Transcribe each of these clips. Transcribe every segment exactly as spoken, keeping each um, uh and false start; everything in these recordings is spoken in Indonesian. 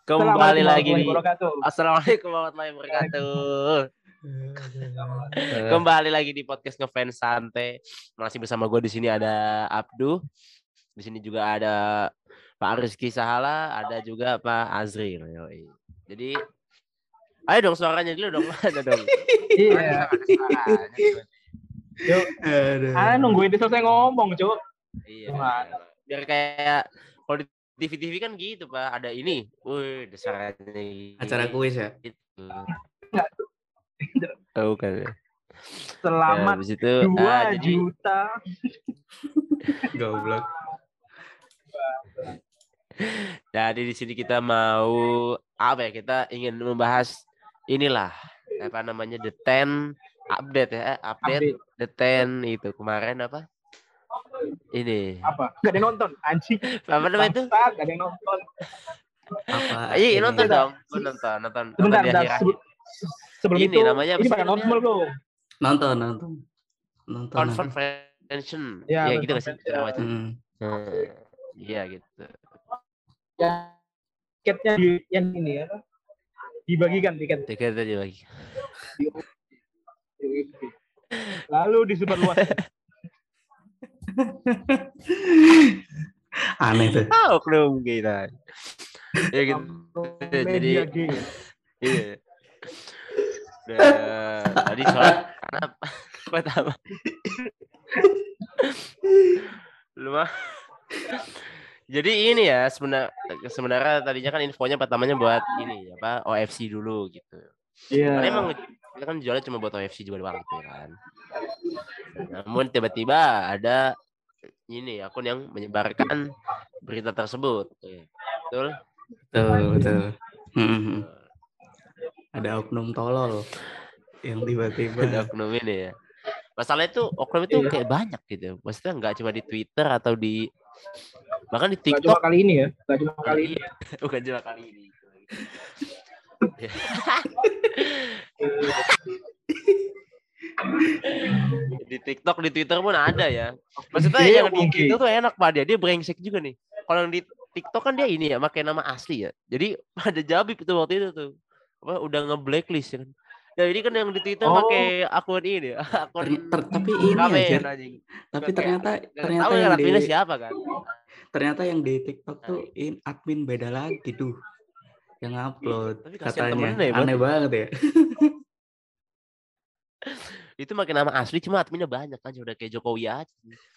Kembali lagi di wabarakatuh. Assalamualaikum warahmatullahi wabarakatuh. Kembali lagi di podcast Ngefans Santai. Masih bersama gue di sini ada Abdu. Di sini juga ada Pak Rizky Sahala, ada juga Pak Azril. Yoi. Jadi ayo dong suaranya dulu dong. Ada dong. Iya. Yuk. Ah nungguin dia selesai ngomong, Cuk. Iya. Biar kayak kalau di T V T V kan gitu Pak, ada ini, wih dasarnya acara kuis ya. Gitu. Tahu kan ya. Selamat ya, itu, dua ah, jadi... juta. Goblok. Jadi di sini kita mau apa ya? Kita ingin membahas inilah apa namanya the ten update ya, update, update. the ten itu kemarin apa? Ini apa gak ada yang nonton anjing apa namanya itu gak ada yang nonton apa iya nonton dong gue nonton nonton sebentar nonton bentar sebelum, sebelum ini itu namanya ini pada nonton belum nonton nonton nonton convention ya, ya gitu nggak sih macam hmm. hmm, iya gitu ya tiketnya di yang ini ya dibagikan tiket tiketnya dibagi lalu disebarluas aneh tuh. Tahu dong kita. Ya gitu. Jadi iya. Nah, tadi soal karena pertama. Lu mah. Jadi ini ya sebenarnya sebenarnya tadinya kan infonya pertamanya buat ini apa O F C dulu gitu. Iya. Karena emang kita kan jualnya cuma buat O F C juga doang gitu kan. Namun tiba-tiba ada ini akun yang menyebarkan berita tersebut. Betul? Betul, betul. Hmm. Ada oknum tolol yang tiba-tiba ada oknum ini ya. Masalahnya itu oknum itu kayak banyak gitu. Maksudnya nggak cuma di Twitter atau di bahkan di TikTok. Nggak cuma kali ini ya. Nggak cuma kali ini. Bukan cuma kali ini. Di TikTok, di Twitter pun ada ya. Maksudnya Iya, yang di Twitter tuh enak Pak dia, dia brengsek juga nih. Kalau yang di TikTok kan dia ini ya, pakai nama asli ya. Jadi ada Jabib itu waktu itu tuh. Apa udah nge-blacklist kan. Ya ini kan yang di Twitter oh. pakai akun ini, akun ter, ter, tapi ini ya, tapi ternyata kayak, ternyata tahu yang kan di siapa kan. Ternyata yang di TikTok tuh in admin beda lagi tuh. Yang upload katanya. Ya, aneh banget ya. Itu makin nama asli cuma adminnya banyak kan udah kayak Jokowi aja.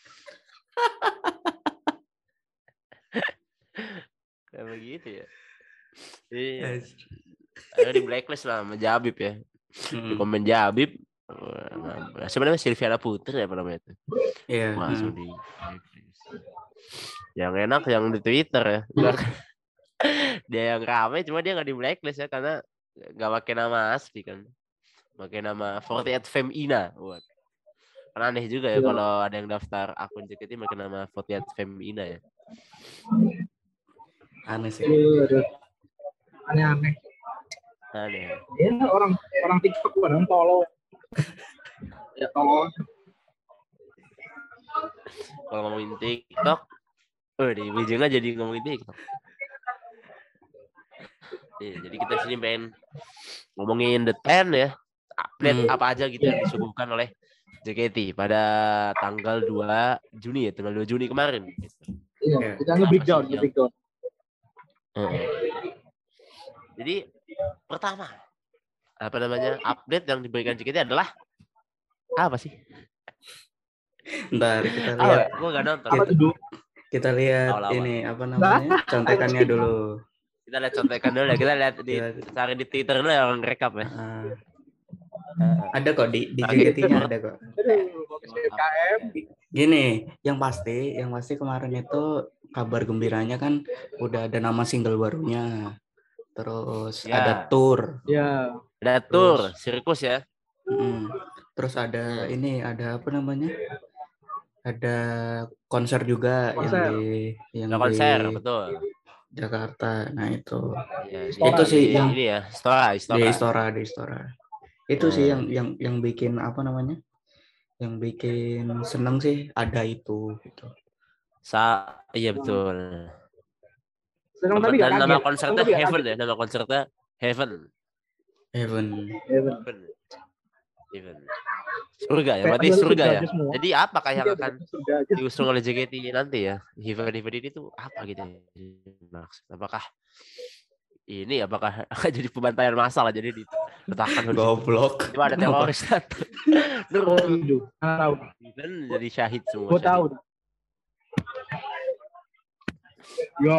Kayak begitu ya. Iya. Ada di blacklist lah sama Jabib ya. Hmm. Di komen Jabib nah, sebenarnya Silviana Putri ya apa namanya itu. Iya. Langsung hmm. di yang enak yang di Twitter ya. Dia yang ramai cuma dia nggak di blacklist ya karena nggak pakai nama asli kan. Pakai nama forty-eight Femina. Buat. Kan aneh juga ya, ya kalau ada yang daftar akun J K T pakai nama forty-eight Femina ya. Aneh sih. Aneh-aneh. Aneh. Ya orang orang TikTok kadang tolol. Ya tolol. Kalau ngomongin TikTok, oh di ujungnya jadi ngomongin TikTok. Ya, jadi kita sini pengen ngomongin the ten ya. Update hmm. apa aja gitu yang disuguhkan oleh J K T pada tanggal dua Juni ya, tanggal dua Juni kemarin. Iya, kita nge-breakdown, nge-breakdown. Uh, jadi pertama apa namanya update yang diberikan J K T adalah apa sih? Bentar kita lihat. Oh, gua nggak nonton. Kita, kita lihat awal-awal. Ini apa namanya contekannya dulu. Kita lihat contekan dulu ya. Kita lihat di cari di Twitter dulu yang rekap ya. Uh, uh, ada kok di di J K T-nya ada kok. Gini, yang pasti, yang pasti kemarin itu kabar gembiranya kan udah ada nama single barunya. Terus ya. ada tour. Ya. Ada tour, sirkus ya. Mm, terus ada ini, ada apa namanya? Ada konser juga konser. yang di yang ada konser, di betul. Jakarta. Nah, itu. Ya, itu sih di, yang ini ya, Istora, Istora. Di Istora, di Istora. Itu hmm. sih yang yang yang bikin apa namanya? Yang bikin seneng sih ada itu gitu. Sa iya betul. Senang Nama- tapi gak dan kaget. nama Senang konsernya tapi gak Heaven kaget. ya, nama konsernya Heaven. Heaven. Heaven. Heaven. Heaven. Surga ya, Kayak berarti ada surga surga ya. aja semua. Jadi apakah yang Iya, akan surga aja. diusung oleh J K T nanti ya? Heaven Heaven ini tuh apa gitu? Maksud apakah ini apakah akan jadi pembantaian massal jadi diletakkan di situ? Goblok. Coba ada teroris satu. Oh, hidup. Tahu. Heaven jadi syahid semua. Gue syahid. tahu. Yo.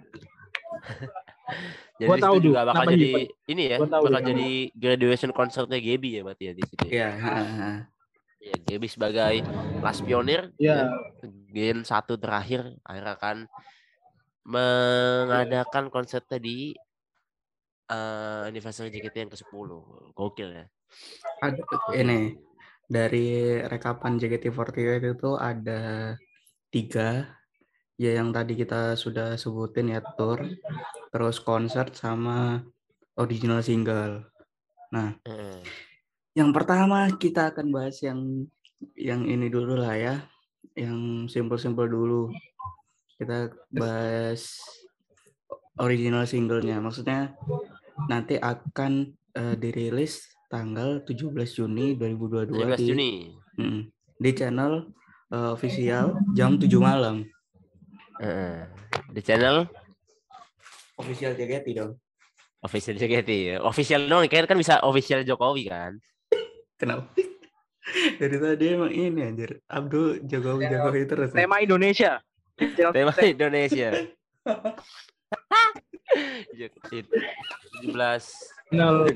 Jadi Gua di tahu, situ juga Du. bakal Kenapa jadi Heaven? ini ya, Gua tahu, bakal Du. jadi graduation concertnya Gaby ya berarti ya di situ. Iya, heeh. Ya, Gaby sebagai kelas pionir Ya. ya, gen satu terakhir akhirnya akan mengadakan konsernya di uh, anniversary J K T yang ke sepuluh. Gokil ya. Ada Gokil. ini dari rekapan J K T empat delapan itu ada tiga ya yang tadi kita sudah sebutin ya, tour, terus konser sama original single. Nah, Eh, yang pertama kita akan bahas yang yang ini dulu lah ya, yang simple-simple dulu. Kita bahas original singlenya, maksudnya nanti akan uh, dirilis tanggal tujuh belas Juni dua ribu dua puluh dua tujuh belas di Juni. mm, di channel uh, official jam tujuh malam. Eh, di channel Official J K T dong. official J K T ya. Official dong, kayaknya kan bisa official Jokowi kan. Kenapa? Dari tadi emang ini anjir. Abdul Jokowi Jokowi terus. ya? Tema Indonesia. Tema Indonesia. tujuh belas Final.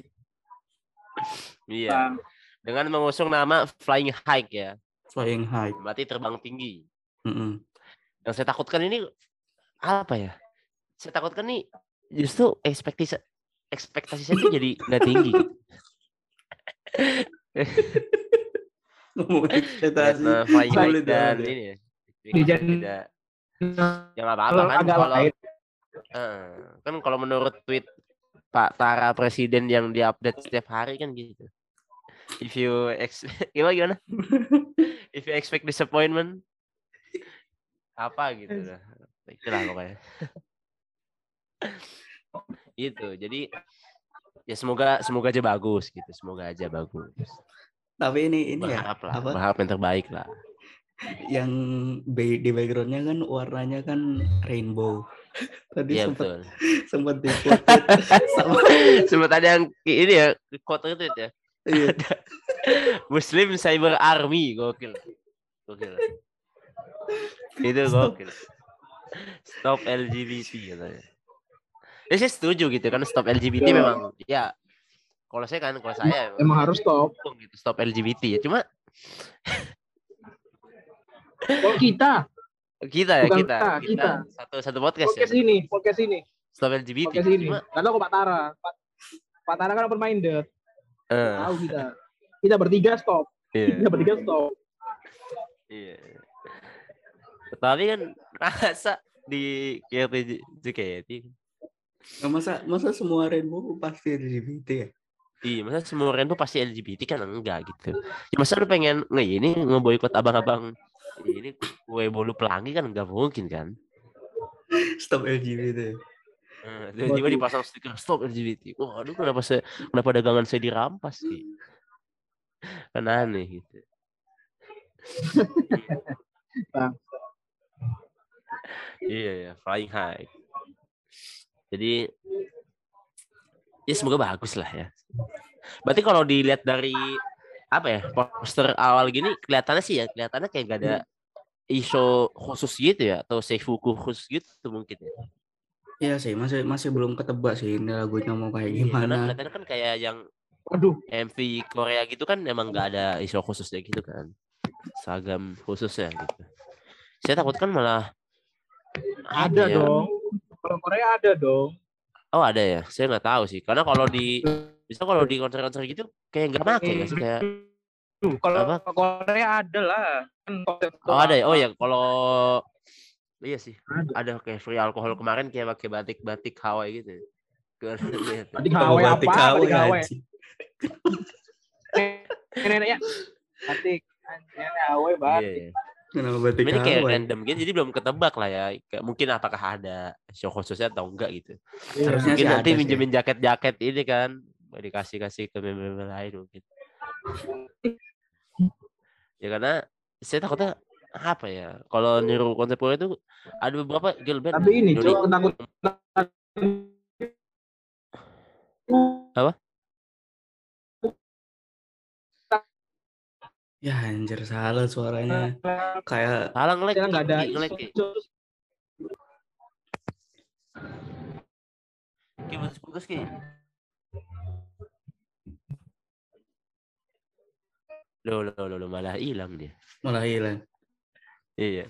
Iya. Dengan mengusung nama Flying High ya. Flying High. Berarti terbang tinggi. Mm-mm. Yang saya takutkan ini apa ya? Saya takutkan nih justru ekspektasi ekspektasi saya tuh jadi nggak tinggi. Ngomongin ekspektasi. Karena Flying High Sulit dan banget ya. ini ya. Jadi- Tidak. Yang apa-apa kan Agak kalau lain. eh, kan kalau menurut tweet Pak Tara Presiden yang diupdate setiap hari kan gitu. If you ex gimana gimana? If you expect disappointment apa gitu lah. Itulah pokoknya. Gitu. Jadi ya semoga semoga aja bagus gitu. Semoga aja bagus. Tapi ini ini ya Berharap lah, apa? berharap yang terbaik lah. Yang ba- di backgroundnya kan warnanya kan rainbow. Tadi Iya sempat betul. sempat di-quote sama Sempat ada yang ini ya, quote itu ya. iya. Muslim Cyber Army, gokil. Gokil. Itu gokil. Stop L G B T katanya. Ya saya setuju gitu kan, stop L G B T Ya. memang ya. Kalau saya kan, kalau saya Emang harus stop. dukung gitu stop L G B T ya. Cuma Kalau kita, kita ya Bukan kita, kita, kita, kita. satu satu podcast, podcast ya. ini, podcast ini, Stop L G B T. podcast ini. Cuma Karena kok Pak Tara, Pak, Pak Tara kan open minded. eh, Tahu kita. Kita bertiga stop. iya. Kita bertiga stop. Iya. Tapi kan rasa di K T J K T. Nah, masa masa semua rainbow pasti L G B T ya? Iya, masa semua rainbow pasti L G B T kan enggak gitu. Ya masa lu pengen nge ini ngeboikot abang-abang ini kue bolu pelangi kan enggak mungkin kan. Stop L G B T. Nah, tiba-tiba dipasang stiker stop L G B T. Wah, aduh kenapa saya kenapa dagangan saya dirampas sih? Kan aneh gitu. Iya ya, flying high. Jadi ya semoga bagus lah ya. Berarti kalau dilihat dari apa ya poster awal gini kelihatannya sih ya kelihatannya kayak gak ada isu khusus gitu ya atau seifuku khusus gitu mungkin ya. Iya sih, masih masih belum ketebak sih ini lagunya mau kayak Iya, karena gimana. kelihatannya kan kayak yang Waduh, M V Korea gitu kan emang gak ada isu khususnya gitu kan. Seragam khususnya gitu. Saya takut kan malah ada ya? dong. Kalau Korea ada dong. Oh ada ya, saya nggak tahu sih. Karena kalau di bisa kalau di konser-konser gitu kayak nggak pakai nggak sih kayak. Duh, kalau Apa? Korea ada lah. Kan konsep Oh ada ya. Oh ya kalau iya sih Ada. ada kayak free alkohol kemarin kayak pakai batik-batik Hawaii gitu. Batik Hawaii apa? Batik Hawaii, Batik Hawaii. anjing. Neneknya batik. Nenek Hawaii Iya, batik. iya. Kenapa batik Ini kayak Hawaii? random gitu, jadi belum ketebak lah ya. Kayak mungkin apakah ada show khususnya atau enggak gitu. Harusnya Mungkin sih nanti ada sih. minjemin jaket-jaket ini kan, dikasih-kasih ke member lain mungkin. Ya karena saya takutnya apa ya? Kalau niru kontemporer itu ada beberapa girl band Tapi ini Indonesia. cowok takut Apa? Ya anjir salah suaranya. Kayak Salah nge-lag, saya nggak ada Ki, nge-lag, Ki. Ki, putus-putus, Ki. Loh, loh, loh, loh, malah hilang dia. malah hilang. Iya.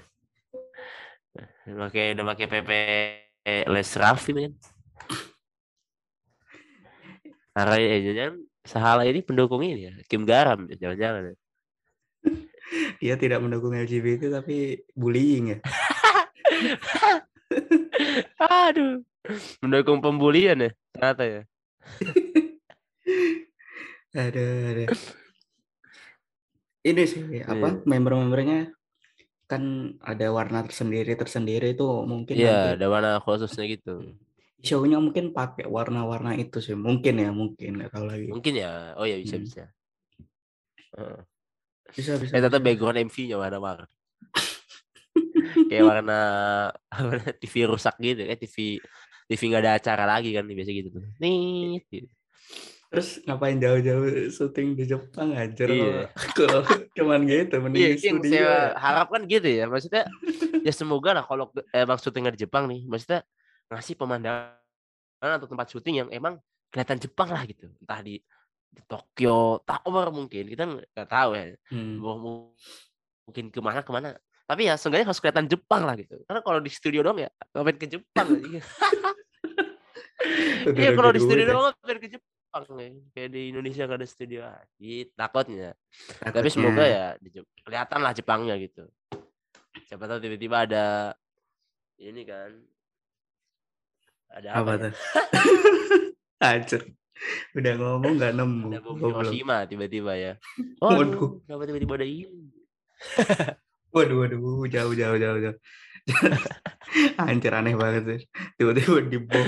Pakai udah pakai P P Les Raffi men. Karena eh, jangan Sahala ini pendukung ini ya, Kim Garam jangan-jangan. Ya. Dia tidak mendukung L G B T tapi bullying ya. Aduh. Mendukung pembulian ya ternyata ya. Ada ada. Ini sih apa member-membernya kan ada warna tersendiri tersendiri itu mungkin Iya, nanti ada warna khususnya gitu. show-nya mungkin pakai warna-warna itu sih mungkin ya mungkin nggak tahu lagi. Mungkin ya. Oh ya bisa Hmm. bisa. Uh. Bisa bisa. Eh ternyata bisa. background M V-nya warna-warna. Kayak warna T V rusak gitu kayak T V T V nggak ada acara lagi kan biasa gitu tuh. Nih. Gitu. Terus ngapain jauh-jauh syuting di Jepang aja Iya. kalau cuman gitu mending Iya, di itu yang studio saya ya. harapkan gitu ya. Maksudnya ya semoga lah kalau emang syutingnya di Jepang nih, maksudnya ngasih pemandangan atau tempat syuting yang emang kelihatan Jepang lah gitu. Entah di, di Tokyo, Tower mungkin kita nggak tahu ya. Hmm. Mungkin kemana kemana. Tapi ya seenggaknya harus kelihatan Jepang lah gitu. Karena kalau di studio doang ya ngapain ke Jepang aja. Iya kalau di studio doang ngapain ke Jepang. Kayak di Indonesia nggak ada studio lagi takutnya. Takutnya. Tapi semoga ya kelihatan lah Jepangnya gitu. Siapa tahu tiba-tiba ada ini kan ada apa, apa ya? tuh? Anjir. Udah ngomong nggak nemu. Ada bom Hiroshima tiba-tiba ya. Oh, waduh, kenapa tiba-tiba ada ini? waduh, waduh, jauh, jauh, jauh, jauh. Anjir aneh banget sih. Tiba-tiba dibom.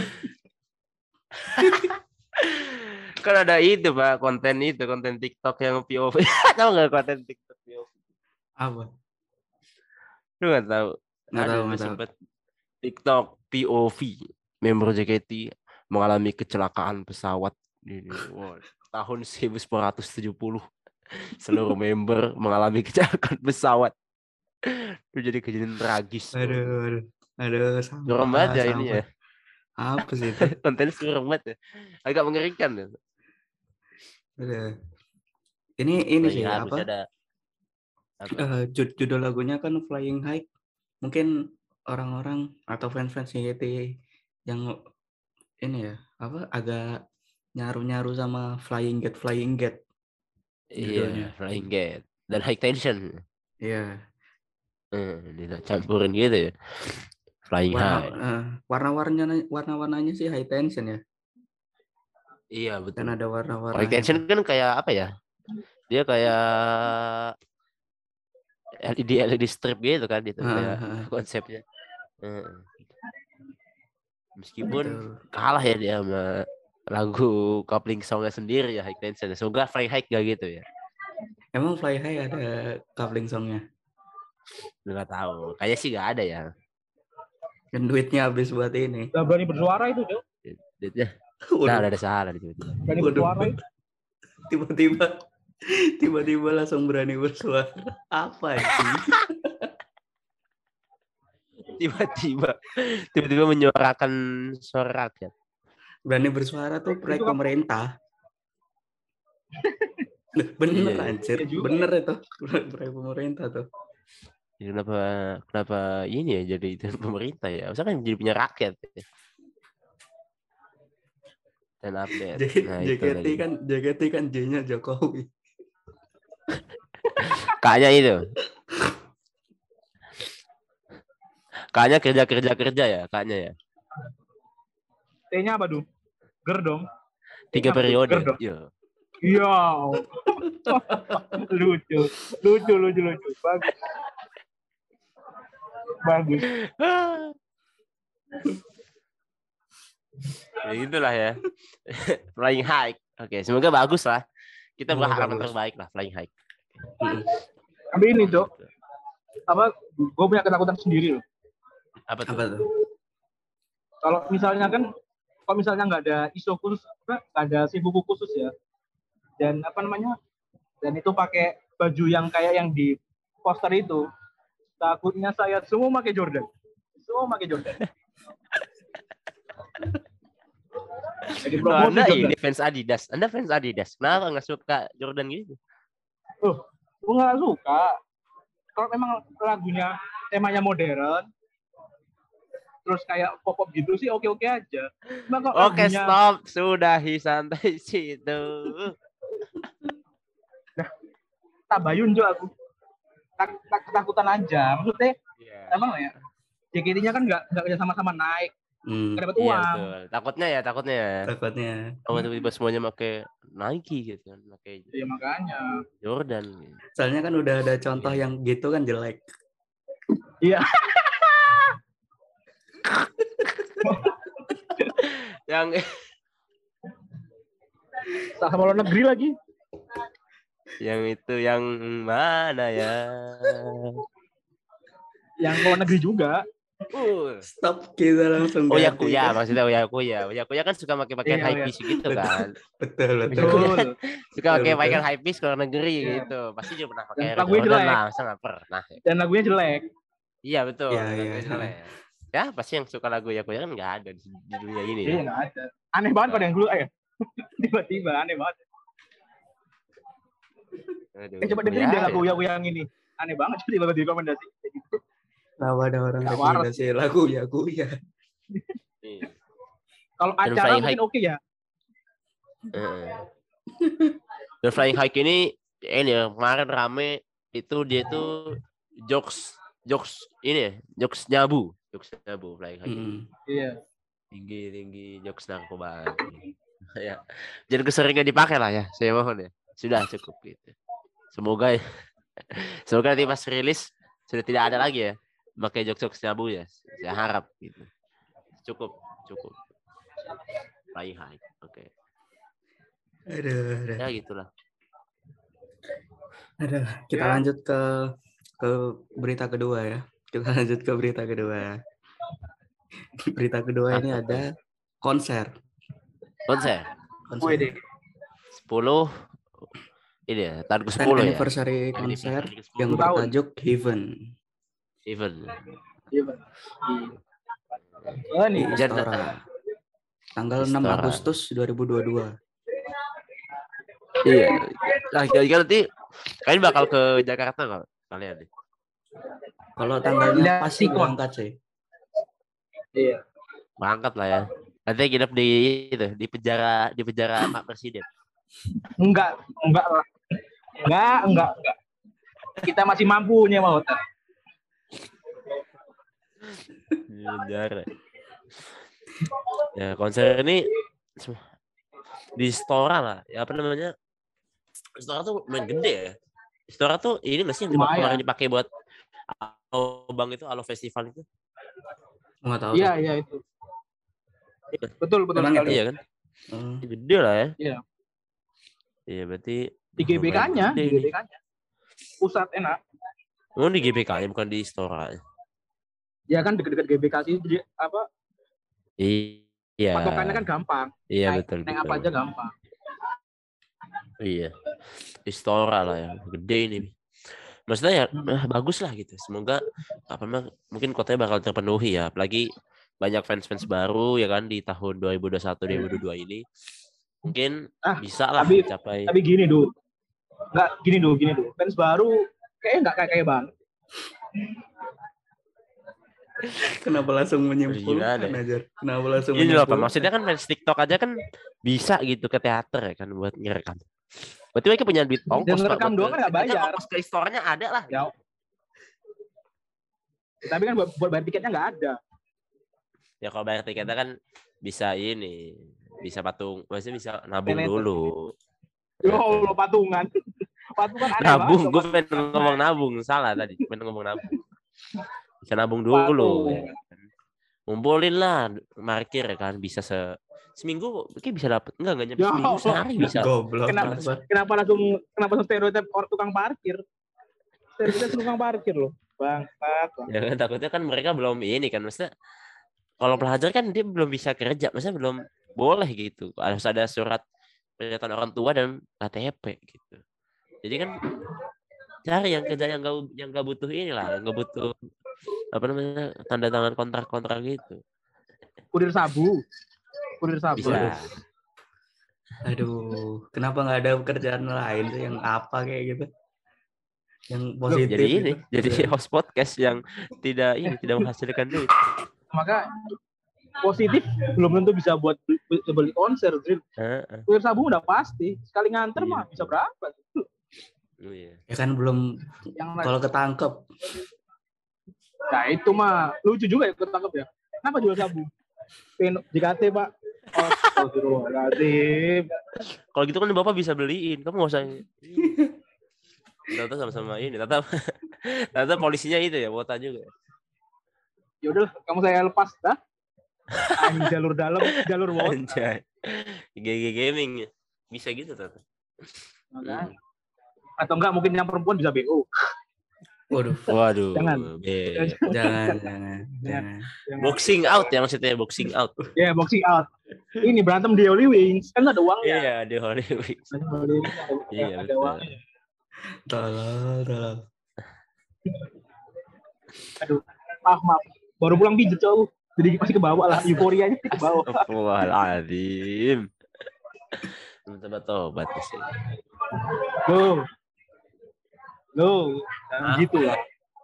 Kan ada itu Pak, konten itu, konten TikTok yang P O V. Tahu nggak konten TikTok P O V? Apa? Lu nggak tahu? Nggak Ada tahu, udah nggak tahu. sempet TikTok P O V, member J K T mengalami kecelakaan pesawat ini. Wow, tahun seribu sembilan ratus tujuh puluh seluruh member mengalami kecelakaan pesawat. Itu jadi kejadian tragis. Aduh, aduh, aduh, sampah, serem banget ya ini ya. Apa sih itu? Konten serem banget ya. Agak mengerikan ya. Aduh. Ini ini sih ya, apa? Ada, apa? Uh, judul lagunya kan Flying High. Mungkin orang-orang atau fans-fans J K T yang ini ya apa agak nyaru-nyaru sama Flying Get Flying Get judulnya. Iya, Flying Get dan High Tension. Iya. Hmm, campurin gitu ya. Flying Warna, High. uh, warna-warnanya warna-warnanya sih High Tension ya. Iya betul. Dan ada warna-warna. High Tension kan kayak apa ya? Dia kayak L E D L E D strip gitu kan gitu uh, kayak uh, konsepnya. Uh. Meskipun betul. Kalah ya dia sama lagu coupling songnya sendiri ya High Tension. Semoga Fly High gak gitu ya. Emang Fly High ada coupling songnya? Nggak tahu. Kayaknya sih nggak ada ya. Dan duitnya habis buat ini. Gak berani bersuara itu, Cok. Duitnya. Nah, ada salah tiba-tiba. Berani bersuara itu. Tiba-tiba tiba-tiba langsung berani bersuara. Apa sih? Tiba-tiba tiba-tiba menyuarakan suara rakyat. Berani bersuara tuh proyek pemerintah. Bener iya, anjir, iya bener itu proyek pemerintah tuh. Ya, kenapa kenapa ini ya jadi itu pemerintah ya? Maksudnya kan jadi punya rakyat. Ya. Dan update. J- nah, J K T kan J K T kan J-nya Jokowi. Kayaknya itu. Kayaknya kerja-kerja kerja ya, kayaknya ya. T-nya apa, Du? Ger dong. Tiga periode. Iya. Iya. lucu, lucu, lucu, lucu. Bagus. Bagus. Ya gitulah ya. Flying High. Oke, semoga bagus lah. Kita Semoga berharap yang bagus. terbaik lah Flying High. Mm. Tapi ini tuh apa? Gue punya ketakutan sendiri loh. Apa tuh? Apa tuh? Kalau misalnya kan, kalau misalnya nggak ada iso khusus, nggak ada si buku khusus ya. Dan apa namanya? Dan itu pakai baju yang kayak yang di poster itu. Takutnya saya semua pakai Jordan. Semua pakai Jordan. Jadi Oh, promosi Anda Jordan. ini fans Adidas. Anda fans Adidas. Kenapa nggak suka Jordan gitu? Oh, gue nggak suka. Kalau memang lagunya temanya modern, terus kayak pop-up gitu sih oke-oke aja. Cuma kalau Oke, lagunya, stop. Sudahi santai situ. tabayun juga aku. Tak, tak, ketakutan aja. Maksudnya, Iya. emang ya, J K T-nya kan nggak nggak bisa sama-sama naik, Hmm, nggak dapat Iya, uang. betul. Takutnya ya, takutnya ya. takutnya. Kalau tiba-tiba semuanya pakai Nike gitu kan, pakai Iya makanya. Jordan. Soalnya kan udah ada contoh yang gitu kan jelek. Iya. Yang Sama luar negeri lagi. yang itu yang mana ya? Yang luar negeri juga. Uh. Stop, kita langsung Oh ya ganti. kuya, maksudnya oh ya kuya. Oh ya kuya kan suka pakai pakaian Iya, high iya. piece gitu kan. Betul, betul. Betul. Suka pakai Betul, pakaian betul. high piece ke luar negeri Iya. gitu. Pasti juga pernah pakai Dan Air lagunya Jordan jelek. lah, masa nggak pernah. Dan lagunya jelek. Iya betul. Iya, lagunya iya. jelek. Ya pasti yang suka lagu ya kuya kan nggak ada di, di dunia ini. Iya Ya. nggak ada. Aneh banget pada yang dulu ya. Tiba-tiba aneh banget. Aduh, Eh, coba dengerin ya, deh lagu ya. Yaku yang ini. Aneh banget tiba-tiba direkomendasi. Kayak gitu. Kenapa ada orang Nggak waras. rekomendasi lagu ya aku ya. Iya. Kalau Dan acara Flying mungkin oke ya. Heeh. The Flying High ini ini ya, kemarin rame itu dia tuh jokes jokes ini ya, jokes nyabu, jokes nyabu Flying High. Mm. Iya. Tinggi tinggi jokes narkoba. Ya. Jangan keseringan dipakai lah ya, saya mohon ya. Sudah cukup gitu. Semoga semoga nanti pas rilis sudah tidak ada lagi ya pakai jokes-jokes nyabu ya. Saya harap gitu. Cukup, cukup. Flying High. Oke. Aduh, aduh. Ya gitulah. Aduh, kita Ya. lanjut ke ke berita kedua ya. Kita lanjut ke berita kedua. Berita kedua ini Apa tuh? ada konser. Konser Gue Konser. deh. sepuluh ini ya, tahun ke ten sepuluh ya. anniversary konser Anniversary yang sepuluh tahun. bertajuk Heaven Event. Iya, Bang. Oh, di nih. Jan- Istora. Tanggal enam Istora. Agustus dua ribu dua puluh dua. Iya. Nah, kira-kira nanti kalian bakal ke Jakarta nggak kalian nih? Kalau tanggalnya Lihat pas sih Sikon. berangkat sih. Iya. Berangkat lah ya. Nanti nginep di itu, di penjara di penjara Pak Presiden. Enggak, enggak lah. Enggak, enggak, enggak. Kita masih mampu nyewa hotel. Di penjara. Ya konser ini sem- di Istora lah. Ya apa namanya? Istora tuh main gede ya. Istora tuh ini masih yang Lumayan. kemarin dipakai buat Alo Bang itu, Alo Festival itu. Nggak tahu. Iya, tuh. iya itu. Betul, betul Emang sekali. Iya kan? Hmm. Gede lah ya. Iya. Iya berarti Di G B K-nya, lumayan di gede G B K-nya. Pusat enak. nih. Oh di G B K-nya bukan di Istora. Ya kan deket-deket G B K sih, jadi apa? Iya. Patokannya kan gampang. Iya naik, betul. naik betul. apa aja gampang. Iya. Istora lah ya. Gede ini. Maksudnya ya Hmm. eh, bagus lah gitu. Semoga apa memang mungkin kotanya bakal terpenuhi ya. Apalagi banyak fans-fans baru ya kan di tahun dua ribu dua puluh satu dua ribu dua puluh dua ini. Mungkin Ah, bisa lah tapi- mencapai. Tapi gini dulu. Enggak, gini dulu, gini dulu. Fans baru kayaknya enggak kayak kayak banget. Kenapa langsung menyimpulkan Gimana ya? aja? Kenapa langsung Ini loh Pak, menyimpulkan? maksudnya kan fans TikTok aja kan bisa gitu ke teater ya kan buat ngerekam. Berarti mereka punya duit ongkos. Dan Pak, ngerekam buat doang kan nggak ke- bayar. Ongkos ke Istoranya ada lah. Ya. Tapi kan buat, buat bayar tiketnya nggak ada. Ya kalau bayar tiketnya kan bisa ini, bisa patung, maksudnya bisa nabung Peleter. dulu. Ya Allah, patungan. Patungan aneh Nabung, banget. gue pengen ngomong nabung, salah tadi, pengen ngomong nabung. bisa nabung dulu. Ya. Ngumpulin lah markir ya kan, bisa se seminggu kayak bisa dapat enggak enggak nyampe Ya seminggu, Allah. sehari bisa. Goblok. Kenapa, Kenapa? kenapa langsung kenapa langsung stereotip orang tukang parkir? Stereotip tukang parkir loh. Bangsat. Ya kan takutnya kan mereka belum ini kan, maksudnya kalau pelajar kan dia belum bisa kerja, maksudnya belum boleh gitu. Harus ada surat pernyataan orang tua dan K T P gitu. Jadi kan cari yang kerja yang gak yang gak butuh inilah, yang gak butuh apa namanya tanda tangan kontrak-kontrak gitu. Kurir sabu. Kurir sabu. Bisa. Aduh, kenapa nggak ada pekerjaan lain sih yang apa kayak gitu? Yang positif. Jadi ini, gitu. jadi host podcast yang tidak ini tidak menghasilkan duit. Maka positif belum tentu bisa buat beli, beli konser, Dril. Heeh. Kurir sabu udah pasti. Sekali nganter Iya. mah bisa berapa? Oh, iya. Ya kan belum Yang kalau ketangkep. Nah itu mah lucu juga ya ketangkep ya. Kenapa jual sabu? Pengen J K T Pak. Oh, astagfirullahaladzim. Kalau gitu kan Bapak bisa beliin, kamu nggak usah. Tata sama-sama ini, Tata, Tata polisinya itu ya, wota juga. Ya udah, kamu saya lepas dah. Anjing jalur dalam, jalur wota. Anjay. G G Gaming bisa gitu Tata. Nah, atau enggak mungkin yang perempuan bisa B O. Waduh. Waduh. Jangan. Be. Jangan, jangan, jangan. Boxing. Boxing out ya maksudnya, boxing out. Ya, yeah, boxing out. Ini berantem di Holy Wings, kan ada uangnya. Iya, di Hollywood. Ada Holy Wings, ada, Iya, ada betul. uangnya. Tolol, tolol. Aduh, maaf, maaf. Baru pulang pijet, cowok. Jadi masih ke bawah lah, euforianya ke bawah. Astagfirullahaladzim. Coba tobat sih. Loh. Loh, jangan gitu lah.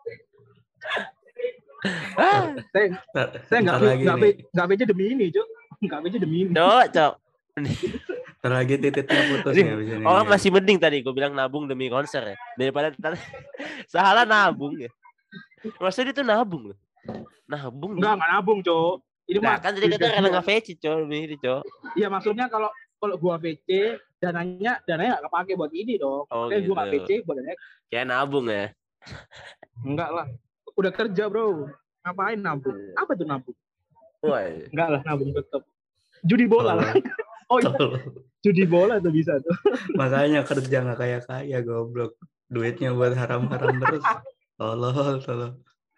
Ah, Saya saya nggak Bentar lagi nggak nih. nggak B C demi ini, Cok. Nggak B C demi ini. Cok, cok. Ntar lagi titiknya putus Ini, ya bisa nih. oh masih mending tadi gue bilang nabung demi konser ya, daripada salah nabung ya. Maksudnya itu nabung loh. Nabung. Enggak, enggak nabung, Cok. Ini Nah, mah kan tadi kita karena nggak V C, cok, demi ini, cok. Iya, maksudnya kalau kalau gua V C dananya dananya nggak kepake buat ini dong. Oh, Makanya gitu. gua nggak V C buat dananya. Kayak nabung ya. Enggak lah. Udah kerja, Bro. Ngapain nabung? Apa tuh nabung? Wah. Enggak lah, nabung tetap. Judi bola lah. Oh iya, Tolol. judi bola tuh bisa tuh. Makanya kerja nggak kaya-kaya goblok. Duitnya buat haram-haram terus. Tolol, tolol.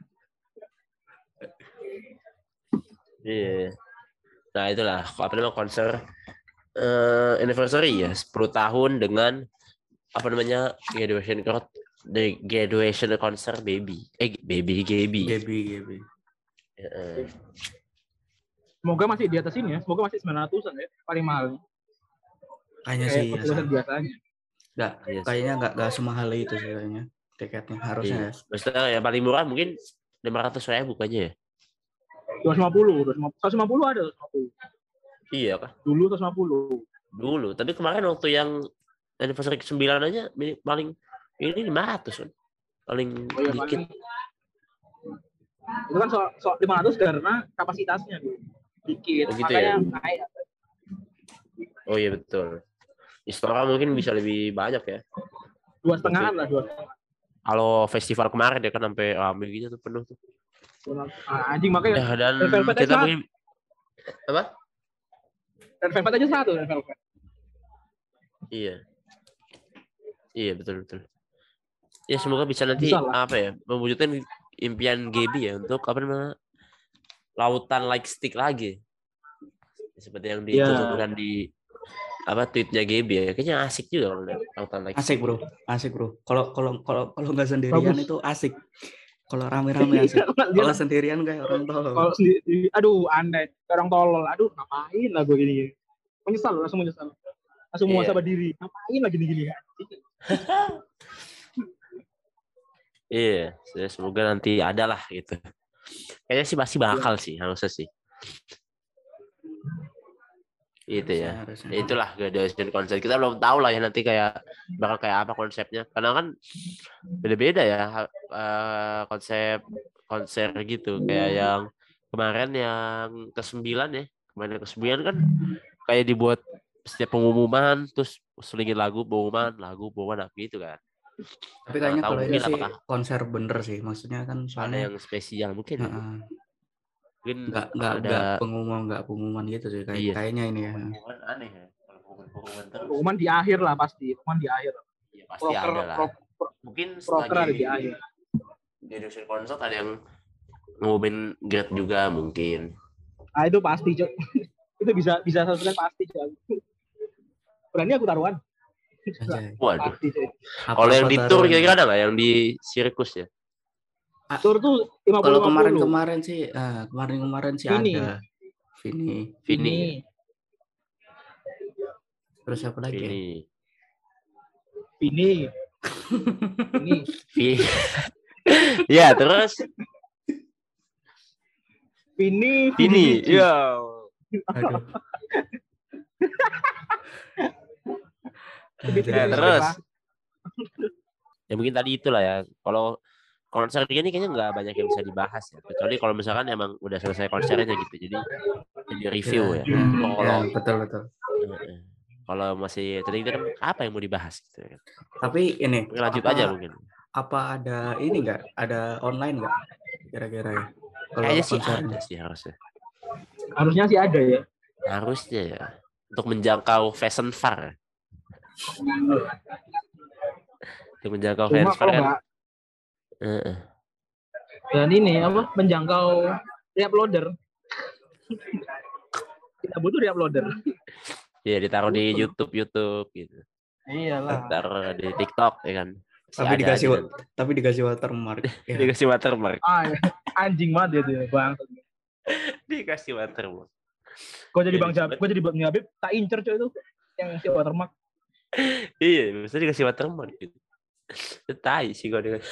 Iya. Nah, itulah apa namanya konser uh, anniversary ya, sepuluh tahun dengan apa namanya graduation concert, the graduation concert baby. Eh baby Gaby. Gaby, Gaby. Uh, Semoga masih di atas ini ya. Semoga masih sembilan ratusan ya. Paling mahal. Kayaknya Kayak sih ya. konser biasanya. Nggak, Iya sih. kayaknya nggak nggak semahal itu sih kayaknya tiketnya harusnya. iya. Ya. Maksudnya yang paling murah mungkin lima ratus ribu aja ya. dua ratus lima puluh, seratus lima puluh ada seratus lima puluh. Iya kan. Dulu seratus lima puluh. Dulu, tapi kemarin waktu yang anniversary ke sembilan aja paling ini lima ratus kan. Paling Oh, iya, dikit. paling, itu kan soal, soal lima ratus karena kapasitasnya dulu. Dikit. Oh, gitu Makanya ya? naik. Oh iya betul. Istora mungkin bisa lebih banyak ya. Dua setengahan lah, dua setengah. Kalau festival kemarin ya kan sampai rame gitu tuh penuh tuh. Ah, anjing makanya Ya, dan Red Velvet kita aja mungkin apa? Red Velvet aja satu, Red Velvet. Iya. Iya betul betul. Ya semoga bisa nanti Bisa lah. apa ya mewujudkan impian Gaby ya untuk apa namanya lautan like stick lagi. Seperti yang Iya. ditunjukkan di apa tweetnya Gaby ya. Kayaknya asik juga kalau lihat lautan like Asik stick. bro, asik bro. Kalau kalau kalau kalau nggak sendirian Bagus. itu asik. Kalau rame-rame asik. Dia- Kalau sendirian kayak orang tolol. Kalau sendiri, aduh aneh, orang tolol, aduh ngapain lah gue gini-gini. Menyesal, langsung menyesal. Langsung Iya. muasabah diri, ngapain lah gini-gini. Iya, ya, semoga nanti ada lah gitu. Kayaknya sih pasti bakal sih, harusnya sih. Itu ya. Harusnya. Ya itulah graduation concert. Kita belum tahu lah ya nanti kayak bakal kayak apa konsepnya. Karena kan beda-beda ya eh, konsep konser gitu. Kayak yang kemarin yang kesembilan ya. Kemarin yang kesembilan kan kayak dibuat setiap pengumuman terus selingin lagu, pengumuman, lagu, pengumuman gitu kan. Tapi kayaknya tahu kalau ini mungkin sih apakah konser bener sih, maksudnya kan ada soalnya yang spesial mungkin ya. heeh, Mungkin nggak nggak ada nggak pengumuman nggak pengumuman gitu sih kayak iya sih. kayaknya ini ya. Pengumuman aneh ya. Kalau pengumuman terus Pengumuman di akhir lah pasti, pengumuman di akhir. ya pasti Proker, ada lah. pro- pro- Mungkin proker ada lagi di akhir. di Indonesian Concert ada yang ngumumin grade juga mungkin. Ah itu pasti, Cuk. Itu bisa bisa satu persen pasti, Cuk. Berani aku taruhan. Anjay. Waduh. Pasti, Cuk. Kalau yang di tour taruhan? kira-kira ada nggak yang di sirkus ya? Tour tuh lima puluh Kalau lima puluh. kemarin-kemarin sih, ah, kemarin-kemarin sih Vini. ada Vini. Vini. Terus siapa lagi? Vini. Vini. Vini. Vini. Ya terus Vini. Vini. Ya. Aduh. Ya, terus ya mungkin tadi itulah ya. Kalau konser ini kayaknya nggak banyak yang bisa dibahas ya. Kecuali kalau misalkan emang udah selesai konsernya gitu. Jadi jadi review ya. Ya, Kalau ya, betul betul. kalau masih tadi kan apa yang mau dibahas gitu ya. Tapi ini Mungkin lanjut apa, aja mungkin. Apa ada ini nggak? Ada online nggak? Kira-kira ya. Kalau Kayaknya sih konser ada sih harusnya. Harusnya sih ada ya. Harusnya ya. Untuk menjangkau Fashion Far. Untuk menjangkau Cuma Fashion Far kalau kan. nggak Uh-uh. dan ini apa menjangkau reuploader. Kita butuh reuploader. Iya ditaruh di YouTube YouTube gitu. Iyalah. Taruh di TikTok ya kan. Si tapi ada dikasih aja wa- tapi dikasih watermark. Ya. dikasih watermark. Ah, anjing banget itu, Bang. Dikasih watermark. Gue jadi Ya, Bang Jab, disebut. gue jadi Bang Jabib, tak incer coy itu yang si watermark. Iya, mesti dikasih watermark gitu. Tai sih gue dengan.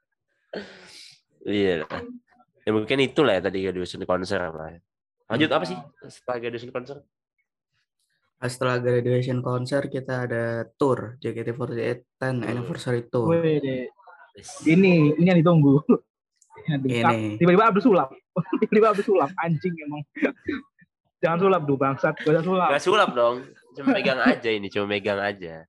Iya. Ya mungkin itulah ya tadi graduation konser apa ya. Lanjut apa sih setelah graduation konser? Setelah graduation konser kita ada tour J K T empat delapan ten anniversary tour. Wih, deh. Ini ini yang ditunggu. Ini. Tiba-tiba Abdul sulap. Tiba-tiba Abdul sulap. Anjing emang. Jangan sulap dulu bangsat. Gak usah sulap. Gak sulap dong. Cuma megang aja ini, cuma megang aja.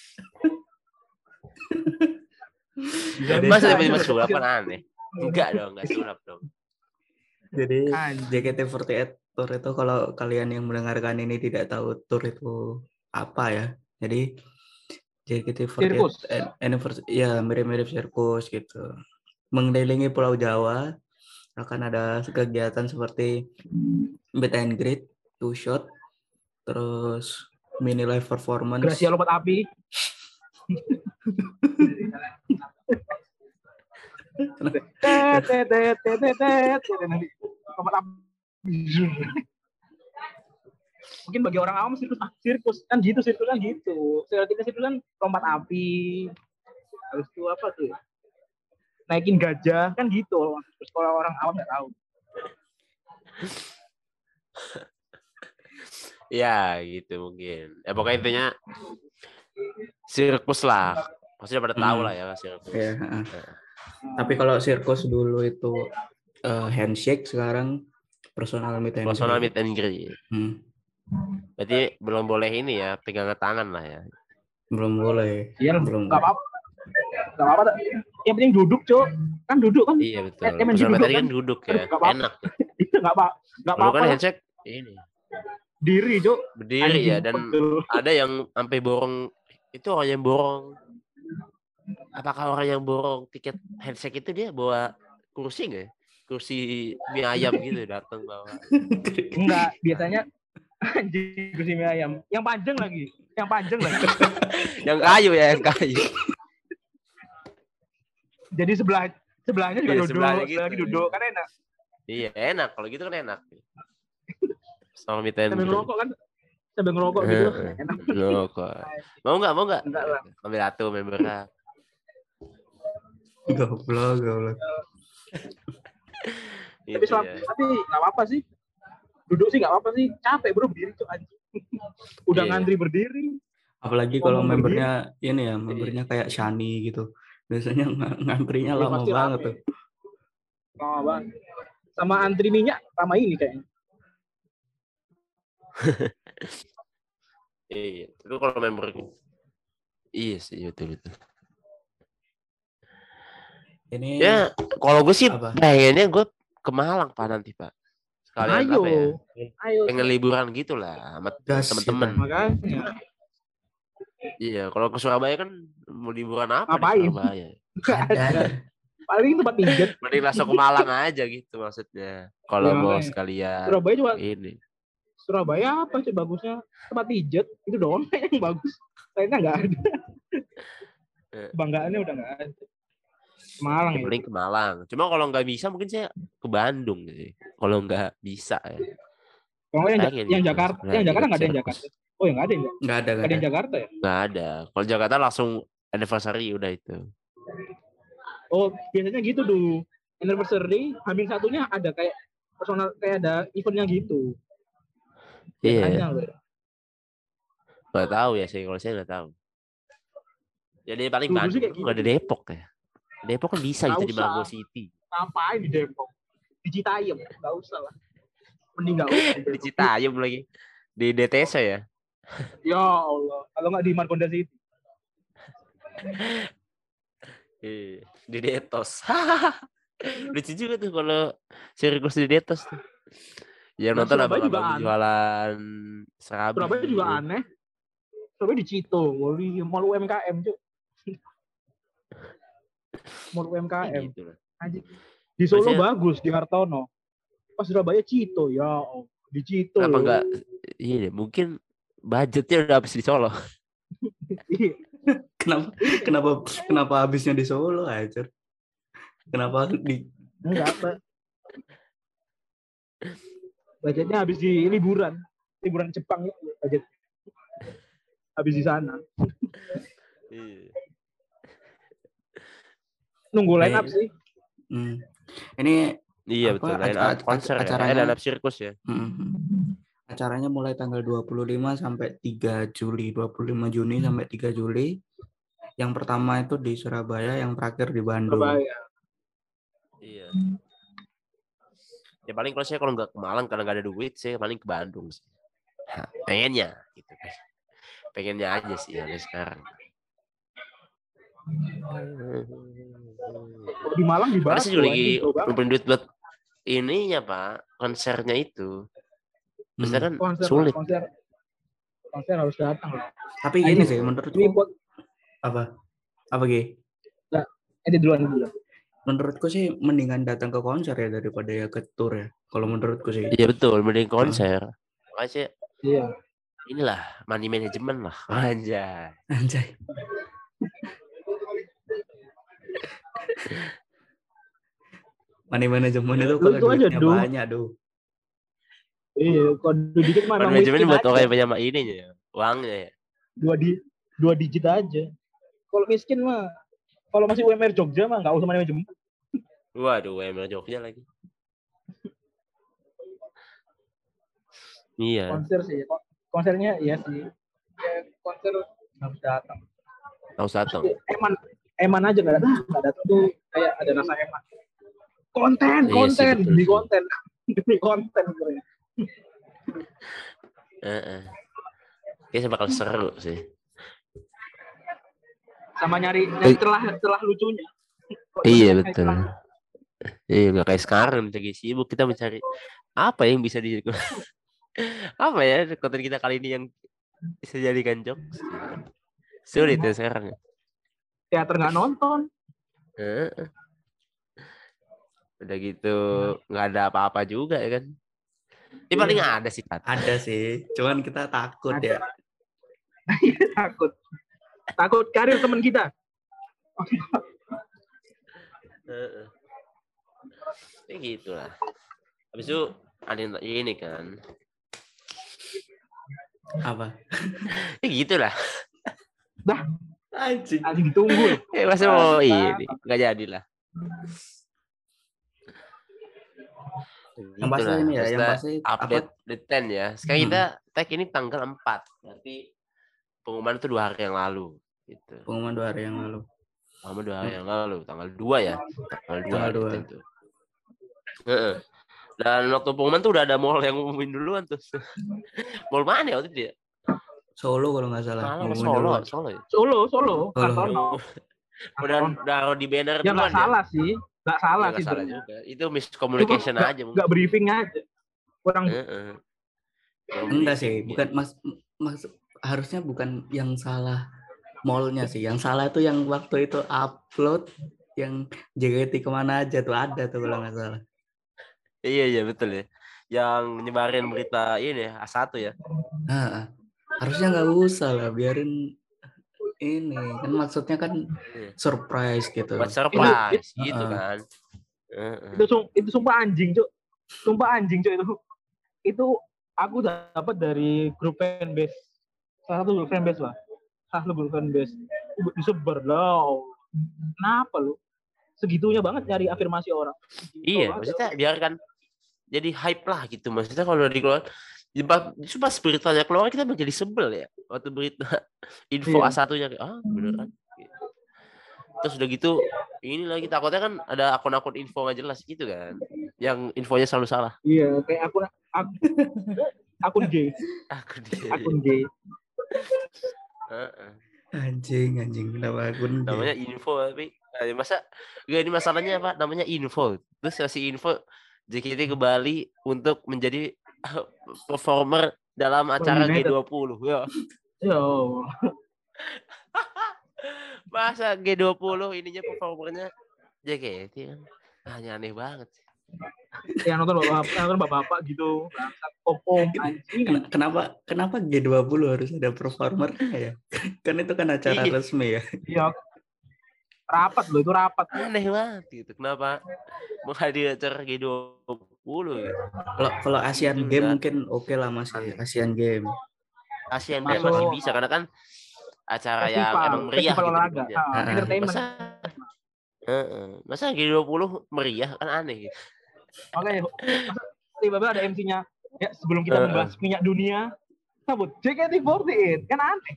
Masa tiba-tiba sulap kan aneh. Enggak dong, gak sulap dong. Jadi Anjing. J K T empat delapan tour itu kalau kalian yang mendengarkan ini tidak tahu tour itu apa ya. Jadi J K T empat delapan Sirkus. anniversary ya mirip-mirip sirkus gitu. Mengelilingi Pulau Jawa akan ada kegiatan seperti meet and greet, two shot, terus mini live performance. Gracia lompat api. Tet, tet, tet, tet, tet, tet. Nanti lompat api. Mungkin bagi orang awam sirkus, ah, sirkus kan gitu, sirkus kan gitu. Stereotipnya sirkus kan lompat api. Habis itu apa tuh? Naikin gajah kan gitu. Terus kalau orang awam nggak tahu. Ya gitu mungkin. Ya pokoknya intinya sirkus lah. Maksudnya pada tahu Hmm. lah ya sirkus. Ya, uh. Tapi kalau sirkus dulu itu uh, handshake, sekarang personal meet and Personal greet. meet and greet. Hmm. Berarti belum boleh ini ya, pegangan tangan lah ya. Belum boleh. Iya, Belum. nggak apa-apa. Nggak apa-apa. Yang penting duduk, Cok. Kan duduk kan. Iya betul. Eh, emang Personal meet and duduk greet kan? kan duduk ya. Aduh, nggak apa-apa. Enak. Itu nggak apa, nggak Dulu kan apa-apa. handshake ini. Diri, Cok. Berdiri ya dan Pegel. ada yang sampai borong itu orang yang borong. Apakah orang yang borong tiket handshake itu dia bawa kursi nggak? Ya? Kursi mie ayam gitu datang bawa. Enggak, biasanya anjing kursi mie ayam. Yang panjang lagi, yang panjang lagi. Yang kayu ya, yang kayu. Jadi sebelah sebelahnya juga Iya, duduk, sebelahnya sebelah lagi gitu. duduk, kan enak. Iya enak kalau gitu kan enak. Sama meet and Sambil greet. ngerokok kan, sambil ngerokok gitu, enak. Ngerokok. Mau nggak? Mau nggak? Enggak lah. Ambil satu membernya. Goblok, goblok. Tapi Gitu selama, ya. tapi nggak apa-apa sih. Duduk sih nggak apa-apa sih. Capek bro berdiri tuh anjing. Udah Iya. ngantri berdiri. Apalagi kalau Ngomong membernya ini ya, membernya kayak Shani gitu. Biasanya ng- ngantrinya Iya, lama pasti banget rame. tuh. Oh bang. Sama antri minyak sama ini kayaknya. Iya. Itu kalau member. Iya sih betul betul. Ini Ya, kalau gue sih apa? pengennya gue ke Malang Pak nanti Pak. Sekalian Ayo. apa ya? Ayo. Pengen liburan gitu lah sama Gas temen-temen. kita. Makanya. Iya, kalau ke Surabaya kan mau liburan apa Ngapain? di Surabaya? Nggak Ada. ada. Paling tempat pijet. Mending langsung ke Malang aja gitu maksudnya. Kalau Ya, mau makanya. sekalian Surabaya cuma ini. Surabaya apa sih bagusnya? Tempat pijet itu doang yang bagus. Lainnya nggak ada. Banggaannya udah nggak ada. Malang ya. Paling ke Malang. Cuma kalau nggak bisa mungkin saya ke Bandung sih. Kalau nggak bisa ya. Kalau yang, Pengen yang gitu, Jakarta, sebenarnya yang Jakarta ikut nggak ada yang sirkus. Jakarta. Oh ya nggak ada ya? Nggak ada, Nggak ada nggak yang ada. Jakarta ya? Nggak ada. Kalau Jakarta langsung anniversary udah itu. Oh biasanya gitu tuh. Anniversary, hamil satunya ada kayak personal kayak ada eventnya gitu. Biasanya Iya. loh. Nggak tahu ya sih. Kalau saya nggak tahu. Jadi paling Dulu Bandung sih kayak tuh nggak ada gitu. Depok ya. Depok kan bisa Nggak gitu di usah. Margo City. Ngapain di Depok? Di Citayam, nggak usah lah. Mending nggak usah. Di Citayam lagi. Di D T S ya. Ya Allah, kalau nggak di Margonda City. Iya, di Detos. Lucu juga tuh kalau sirkus di Detos tuh. Yang Nah, nonton Surabaya juga abang-abang aneh. jualan serabi. Surabaya juga aneh. Surabaya di Cito, di Mall U M K M cuy. Mall U M K M. Gitu lah. Anjing. Di Solo Maksudnya- bagus di Hartono. Pas Surabaya Cito, ya Allah. Di Cito Kenapa loh. enggak? Iya, deh, mungkin budgetnya udah habis di Solo. Iya. Kenapa kenapa kenapa habisnya di Solo aja? Kenapa di Enggak apa. Budgetnya habis di liburan. Liburan Jepang itu budget. Habis di sana. Iya. Nunggu line Iya. up sih. Hmm. Ini Iya Apa, betul. Line aca- up konser ya. acaranya- Eh, line up sirkus ya. hmm, acaranya mulai tanggal dua puluh lima sampai tiga Juli, dua puluh lima Juni sampai tiga Juli. Yang pertama itu di Surabaya, yang terakhir di Bandung. Surabaya. Iya. Ya paling kalau saya kalau nggak ke Malang karena nggak ada duit, saya paling ke Bandung sih. Nah, pengennya gitu kan. Pengennya aja sih ya sekarang. Kalau di Malang di Karena Barat saya juga tuh, lagi anjing, jauh banget. ngumpulin duit buat ininya Pak, konsernya itu. Maksudnya Hmm. kan konser, sulit. konser, konser harus datang lah. Tapi gini Anjing. sih Ini menurutku buat apa? Apa Gi? edit duluan dulu. Menurutku sih mendingan datang ke konser ya daripada ya ke tour ya. Kalau menurutku sih. Iya betul, mending konser. Makanya sih, Iya. inilah money management lah. Anjay. Anjay. Money management itu Lu kalau itu aja, duitnya Du. banyak, duh. Iya, kalau dikit mah Money emang management miskin buat orang aja. yang punya ininya ya, uangnya ya. Dua di dua digit aja. Kalau miskin mah kalau masih U M R Jogja mah nggak usah manajemen. Waduh, Emil Jogja lagi. Iya, Konser sih. Kon- Konsernya iya sih. Ya, konser harus datang. tahu satu. Eman eman aja nggak datang. Nggak datang tuh kayak ada rasa eman. Konten, Iya sih, konten, betul demi sih. konten, demi konten. sebenarnya. Heeh. Kayaknya bakal seru sih. Sama nyari nyari celah celah lucunya. Kok Iya nyari betul. celah? Iya nggak kayak sekarang lagi sibuk kita mencari apa yang bisa di apa ya konten kita kali ini yang bisa jadikan jokes. Sulit ya sekarang. Teater nggak nonton. Heeh. Udah gitu nggak ada apa-apa juga ya kan. Ini paling ada sih Tat. Ada sih, cuman kita takut Ada. ya. Takut. Takut karir teman kita. Heeh. Ya gitu lah. Habis itu ada yang ini kan. Apa? Ya gitu lah. Dah, Anjing. anjing ditunggu. Eh masa mau ini nggak jadi lah. Yang pasti Gitulah. ini ya, yang Maksudnya pasti update the ten ya. Sekarang Hmm. kita tag ini tanggal empat. Berarti pengumuman itu dua hari yang lalu gitu. Pengumuman dua hari yang lalu. Pengumuman dua hari yang lalu, tanggal dua ya. Tanggal dua. Tanggal dua. Itu. Heeh. Dan waktu pengumuman tuh udah ada mall yang ngumumin duluan tuh. Mall mana ya waktu itu ya? Solo kalau nggak salah. Malang ngumumin Solo, duluan. Solo ya. Solo, Solo, Solo. Kartono. Udah naruh di banner ya nggak salah sih, nggak salah ya, sih salah sebenarnya. juga. Itu miscommunication Cuma aja. Nggak briefing aja. Kurang. Uh-uh. Enggak sih, bukan mas, mas harusnya bukan yang salah mallnya sih. Yang salah itu yang waktu itu upload yang J K T kemana aja tuh ada tuh kalau nggak salah. Iya iya betul ya. Yang nyebarin berita ini A satu ya. Nah, harusnya nggak usah lah, biarin ini kan maksudnya kan surprise gitu. Buat surprise itu, gitu uh-uh. kan. Uh-uh. Itu itu sumpah anjing, Cuk. Sumpah anjing, Cuk, itu. Itu aku dapat dari grup fanbase. Salah satu grup fanbase lah. Salah satu grup fanbase. Disebar lah. Kenapa lu? Segitunya banget nyari afirmasi orang. Iya, maksudnya biarkan jadi hype lah gitu. Maksudnya kalau dari keluar cuma beritanya keluar kita menjadi sebel ya. Waktu berita info iya. A satunya ah beneran. Terus udah gitu ini lagi takutnya kan ada akun-akun info nggak jelas gitu kan. Yang infonya selalu salah. Iya, kayak akun akun, akun gay. Akun gay. Akun gay. Uh-uh. Anjing, anjing kenapa akun namanya gay? Info tapi masa gak ini masalahnya apa? Namanya info. Terus kasih info J K T ke Bali untuk menjadi performer dalam acara G dua puluh. Ya. Yo. Masa G dua puluh ininya performernya J K T kan. Hanya aneh banget sih. Yang nonton bapak, nonton bapak-bapak gitu. Om-om anjing. Kenapa kenapa G dua puluh harus ada performernya ya? Kan itu kan acara iya. resmi ya. Iya. Rapat loh, itu rapat. Aneh banget gitu. Kenapa menghadiri acara G dua puluh gitu. Kalau kalau Asian itu Game udah. mungkin oke okay lah masih aneh. Asian Game. Asian Game masih bisa karena kan acara festival, yang emang meriah gitu. Olahraga. Ah, entertainment. Masa, uh, masa G dua puluh meriah kan aneh gitu. Oke, tiba-tiba ada M C-nya. Ya, sebelum kita uh, membahas minyak dunia, sabut J K T empat delapan kan aneh.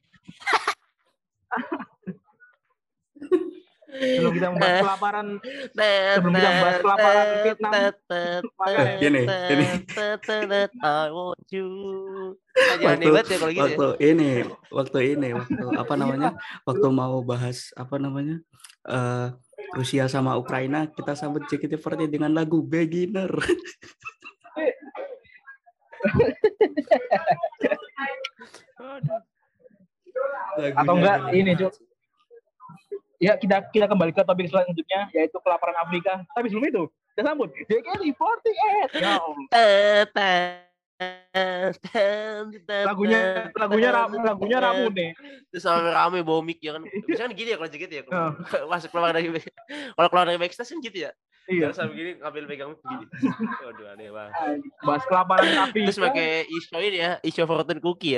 Sebelum kita membahas kelaparan, sebelum kita membahas kelaparan Vietnam, ini, ini. I want you. Waktu, waktu ini, waktu ini, waktu apa namanya, waktu mau bahas apa namanya, uh, Rusia sama Ukraina, kita sambut J K T empat delapan dengan lagu Beginner. Atau enggak ini Cuk. Ya kita kita kembali ke topik selanjutnya yaitu kelaparan Afrika. Tapi sebelum itu kita sambut J K T empat delapan. lagunya lagunya ramu lagunya ramu nih. Terus sampai rame bawa mic ya kan. Biasanya kan gini ya kalau J K T ya. Kalau masuk keluar dari kalau keluar dari backstage kan gitu ya. Iya. Terus sampai gini ngambil pegang gini. Waduh aneh banget. Bahas kelaparan Afrika. Terus pakai isu ini ya, isu fortune cookie ya.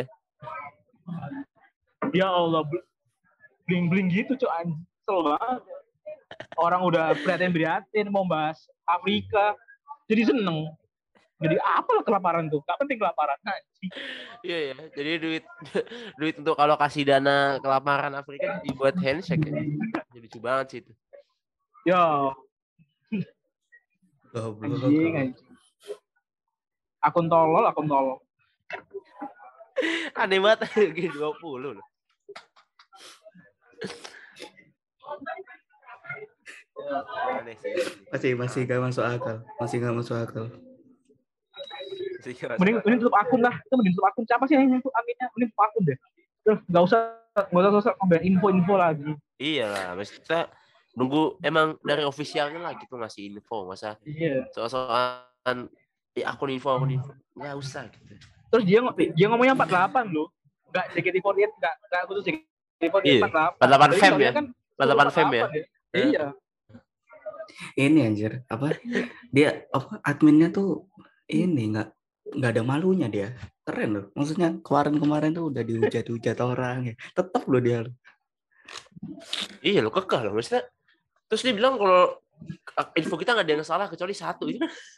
Ya Allah, bling-bling gitu Cuk, anjel banget. Orang udah prihatin-prihatin mau bahas Afrika, jadi seneng. Jadi apa lah kelaparan tuh? Gak penting kelaparan. Iya ya, jadi duit duit untuk alokasi dana kelaparan Afrika dibuat handshake ya. Jadi lucu banget sih itu. Ya. Anjing, anjing. Akun tolol, akun tolol. Aneh banget G dua puluh loh. Aneh sih. Masih masih gak masuk akal, masih gak masuk akal. Mending mending tutup akun lah, itu mending tutup akun. Siapa sih yang tutup akunnya? Mending tutup akun deh. Terus nggak usah nggak usah sosok ngambil info-info lagi. Iya lah, maksudnya nunggu emang dari ofisialnya lah gitu ngasih info, masa iya. soal-soalan ya, akun info akun info nggak usah gitu. Terus dia dia ngomongnya empat delapan loh, nggak J K T empat delapan nggak nggak khusus J K T empat delapan. empat delapan fem ya, kan empat delapan fem ya. Iya. Ini anjir apa dia apa adminnya tuh ini nggak nggak ada malunya dia, keren loh. Maksudnya kemarin-kemarin tuh udah dihujat-hujat orang ya, tetap loh dia. Iya loh, kekeh loh maksudnya. Terus dia bilang kalau info kita nggak ada yang salah kecuali satu.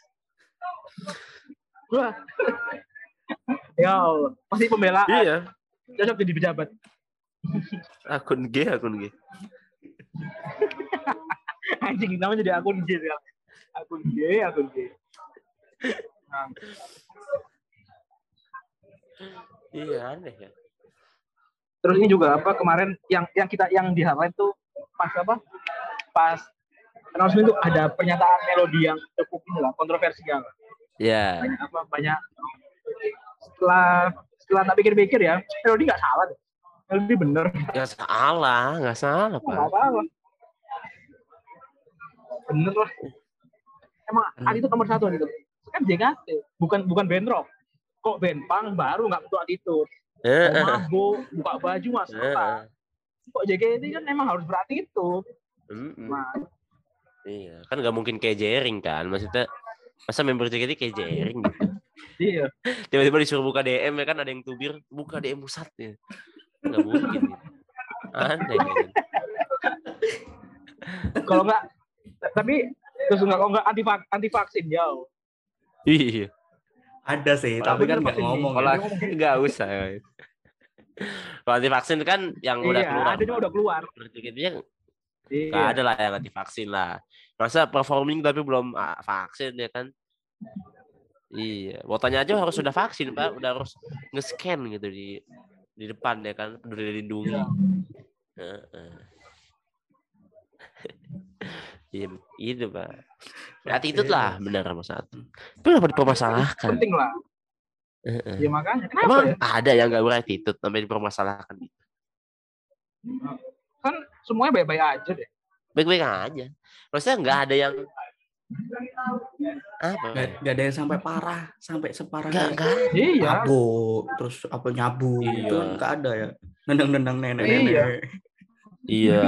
Wah. Ya Allah, pasti pembelaan. Iya. Cocok jadi pejabat. Akun G, akun G. Anjing, namanya jadi akun G ya. Akun G, akun G. Nah. Iya aneh ya. Terus ini juga apa kemarin yang yang kita yang di highlight tuh pas apa? Pas announcement itu ada pernyataan melodi yang cukup inilah kontroversial. Ya. Banyak apa? Banyak setelah setelah tak pikir-pikir ya, melodi nggak salah deh. Melodi bener. Nggak salah, nggak salah, Pak. Nggak salah. Bener lah. Emang Hmm. itu nomor satu gitu. Kan J K T, bukan bukan band rock. Kok band punk baru nggak butuh attitude. Eh, Mau mabuk, buka baju masuk eh, lah. Kok J K T kan emang harus berattitude. mm-mm. Nah, Iya, kan nggak mungkin kayak Jering kan, maksudnya masa member J K T kayak Jering gitu. iya. Tiba-tiba disuruh buka D M ya kan, ada yang tubir, buka D M pusat ya. Nggak mungkin gitu. Aneh kayaknya. Kalau nggak, tapi terus nggak kalau nggak anti anti vaksin jauh. Iya. Ada sih, Kalau tapi kan bener nggak vaksin nih. ngomong. Kalau Ya. nggak usah. Kalau anti vaksin kan yang udah Iya, keluar. ada juga udah keluar. J K T-nya Iya. nggak ada lah yang anti vaksin lah. Masa performing tapi belum ah, vaksin ya kan? Iya, botanya aja harus sudah vaksin Pak, udah harus nge-scan gitu di di depan ya kan, peduli lindungi. Heeh. Iya, itu Pak. Attitude lah benar nomor satu. Itu kenapa dipermasalahkan? Penting lah. Heeh. Ya makanya. Kenapa Emang ya? ada yang nggak berattitude sampai dipermasalahkan? Kan semuanya baik-baik aja deh. Baik-baik aja. Maksudnya nggak ada yang apa? Nggak, nggak ada yang sampai parah, sampai separah Nggak, kayak nggak. Iya. mabuk, terus apa nyabu, Iya. itu kan nggak ada ya. Nendang-nendang Iya. nenek-nenek. Iya.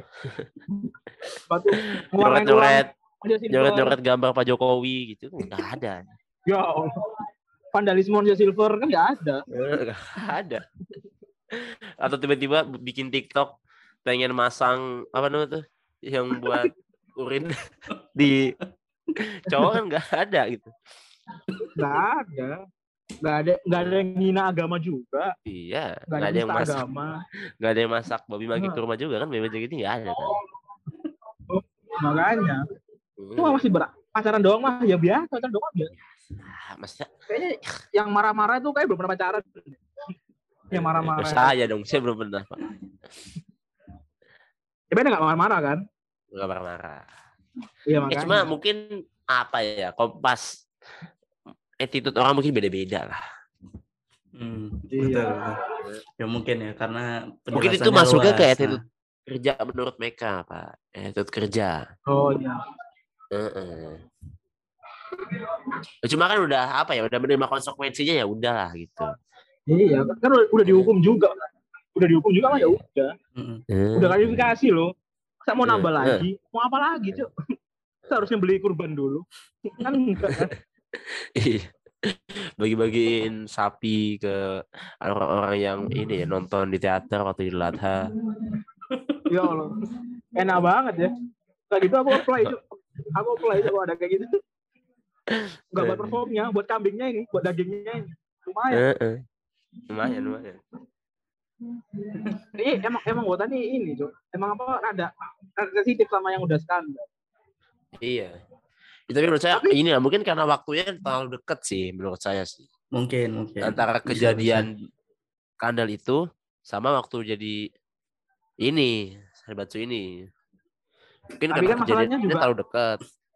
Batu ngeluarin uang Nyoret-nyoret, aja silver. nyoret-nyoret gambar Pak Jokowi gitu nggak ada. Ya Allah. Vandalisme aja silver kan nggak ada. Nggak ada. Atau tiba-tiba bikin TikTok pengen masang apa namanya tuh yang buat urin di cowok kan nggak ada gitu. Nggak ada. Nggak ada nggak ada yang ngina agama juga. Iya, Nggak nggak ada ada yang yang masak, agama. nggak ada yang masak babi magi ke rumah juga kan, B B J gitu nggak ada kan. Makanya. Hmm. Itu masih ber pacaran doang mah ya biasa, pacaran doang biasa. Ah, maksudnya Kayaknya yang marah-marah itu kayak belum pernah pacaran. Yang marah-marah. Eh, saya dong, saya belum pernah Pak. Ya beda nggak marah-marah kan? Nggak marah-marah. Iya Eh, makanya. cuma mungkin apa ya, kompas attitude orang mungkin beda-beda lah. Hmm, Iya. betul. Ya mungkin ya karena Mungkin itu penjelasannya masuknya luas. ke Nah, attitude kerja menurut mereka Pak. Attitude kerja. Oh iya. Heeh. Cuma kan udah apa ya, udah menerima konsekuensinya ya udahlah gitu. Iya, kan udah, udah dihukum juga. Udah dihukum juga mah ya udah. mm-mm. Udah klarifikasi loh. Saya mau nambah Eh, lagi. Mau apa lagi, Cuk? Seharusnya beli kurban dulu. Kan enggak kan? Iya. Bagi-bagiin sapi ke orang-orang yang ini ya nonton di teater waktu Idul Adha. Ya Allah. Enak banget ya. Kayak gitu aku apply, Cuk. Aku apply kalau ada kayak gitu. Enggak buat performnya, buat kambingnya ini, buat dagingnya ini. Lumayan. Heeh. Lumayan, lumayan. Ini emang emang buat tadi ini, Cuk. Emang apa ada ada sensitif sama yang udah skandal. Iya. Ya, tapi menurut saya ini lah, mungkin karena waktunya terlalu dekat sih menurut saya sih. Mungkin, mungkin. Antara Bisa, kejadian skandal itu sama waktu jadi ini, Saribatsu ini. Mungkin Tapi karena kan masalahnya kejadiannya juga- terlalu dekat.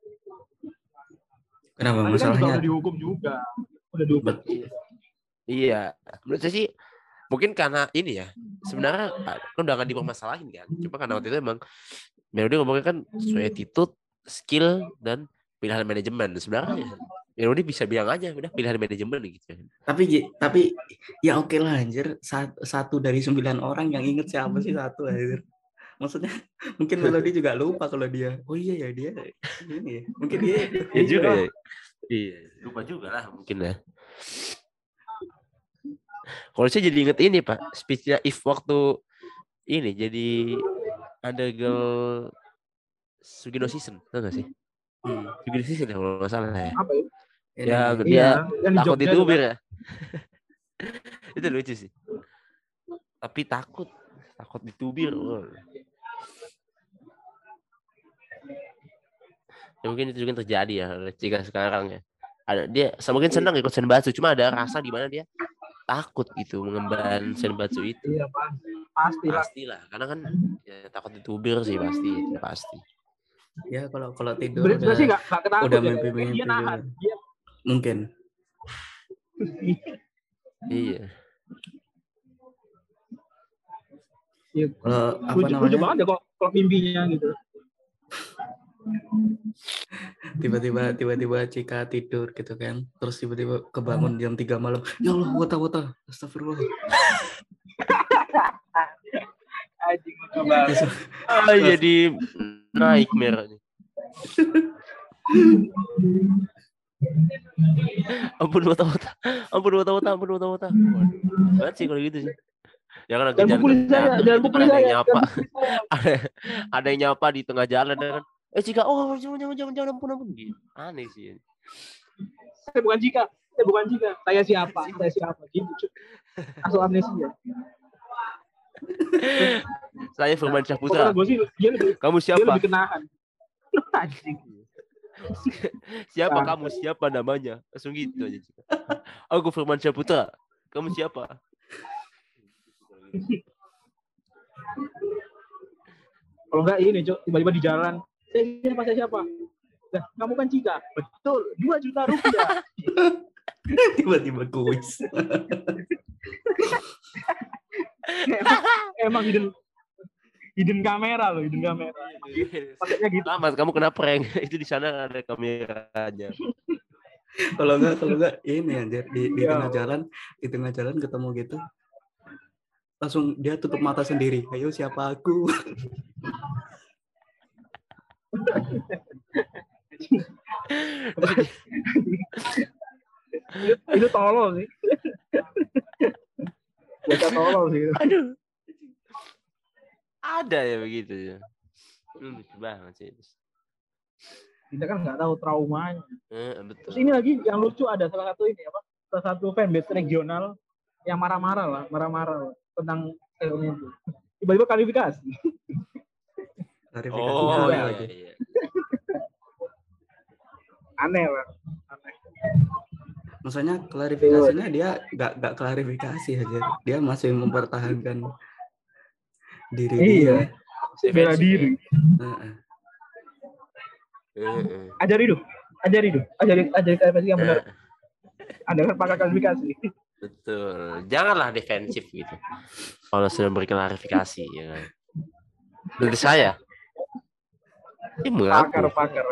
Kenapa Tapi kan juga masalahnya? udah dihukum juga. Udah dihukum. Bet- Iya. Menurut saya sih mungkin karena ini ya. Sebenarnya kan udah nggak dipermasalahin kan. Cuma karena waktu itu emang Melody ngomongnya kan sesuai attitude, skill, dan pilihan manajemen. Sebenarnya Melody bisa bilang aja udah pilihan manajemen gitu. Tapi Ji, tapi ya oke lah anjir. Satu, satu dari sembilan orang yang inget siapa sih satu anjir. Maksudnya mungkin Melody juga lupa kalau dia. Oh iya ya dia ini ya. Mungkin dia Iya juga ya. Iya, lupa juga lah mungkin ya. Kalau saya jadi inget ini Pak, speechnya If waktu ini jadi undergirl Sugino season, tau gak sih? Hmm. Sugino season ya kalau nggak salah ya. Apa ya? Ini, Ya, ini. dia yang di takut Jogja ditubir juga. ya. Itu lucu sih. Tapi takut, takut ditubir. Oh. Ya mungkin itu juga terjadi ya jika sekarang ya. Ada dia mungkin senang ikut senbatsu, cuma ada rasa di mana dia takut gitu mengemban senbatsu itu. Iya, Pak. Pasti lah. Pastilah, karena kan ya, takut ditubir sih pasti, itu pasti. Ya kalau kalau tidur Sebenarnya udah sih nggak nggak ketakut udah ya, mimpi-mimpi dia nahan. gitu. Dia Mungkin. Iya. ya, Kalau apa lucu, lucu namanya? banget ya kok kalau mimpinya gitu. Tiba-tiba tiba-tiba Cika tidur gitu kan. Terus tiba-tiba kebangun jam tiga malam. Ya Allah, wota-wota. Astagfirullah. Anjing lucu banget. Ah, jadi nightmare nih. Ampun wata-wata. Ampun wata-wata, ampun wata-wata. Banget sih kalau gitu sih. Jangan lagi Jangan jalan pukuli ke- saya, nah, jangan itu pukuli kan ada yang saya. nyapa. Jangan pukuli saya. ada, ada yang nyapa di tengah jalan kan. Eh Cika, oh jangan jangan jangan jangan ampun ampun gitu. Aneh sih. Saya bukan Jika, saya bukan Jika. Saya siapa? Saya siapa? Gitu. Cuk. Asal amnesia. Saya Firman Syah Pokoknya Putra. gue sih dia lebih, Kamu dia siapa? lebih kenahan. Anjing. Siapa Nah. kamu? Siapa namanya? Langsung gitu aja. Cika. Aku Firman Syah Putra. Kamu siapa? Kalau enggak ini, Cuk, tiba-tiba di jalan. Saya siapa? Saya siapa? Nah, kamu kan Cika. Betul, dua juta rupiah. Tiba-tiba kuis. emang, emang hidden, hidden kamera loh, hidden kamera. Pakainya gitu. Selamat, kamu kena prank. Itu di sana ada kameranya. Kalau enggak kalau enggak ini anjir di, di Ya. tengah jalan, di tengah jalan ketemu gitu. Langsung dia tutup mata sendiri. Ayo siapa aku? itu, itu tolol sih. Bocah tolol sih. Aduh. Ada ya begitu ya. Hmm, lucu banget sih. Kita kan nggak tahu traumanya. Eh, betul. Terus ini lagi yang lucu ada salah satu ini apa? Salah satu fanbase regional yang marah-marah lah, marah-marah lah, tentang film itu. Tiba-tiba klarifikasi. Klarifikasi Oh aneh iya, lagi. iya. Aneh lah. Aneh. Maksudnya klarifikasinya dia nggak nggak klarifikasi aja. Dia masih mempertahankan diri Iya. dia. Bela diri. Heeh. Eh, eh. Ajari dulu. Ajari dulu. Ajari ajari klarifikasi yang benar. Eh, Anda kan pakai klarifikasi. betul. Janganlah defensif gitu. Kalau sudah beri klarifikasi ya kan. Dari saya. Ini mengaku. Pakar pakar.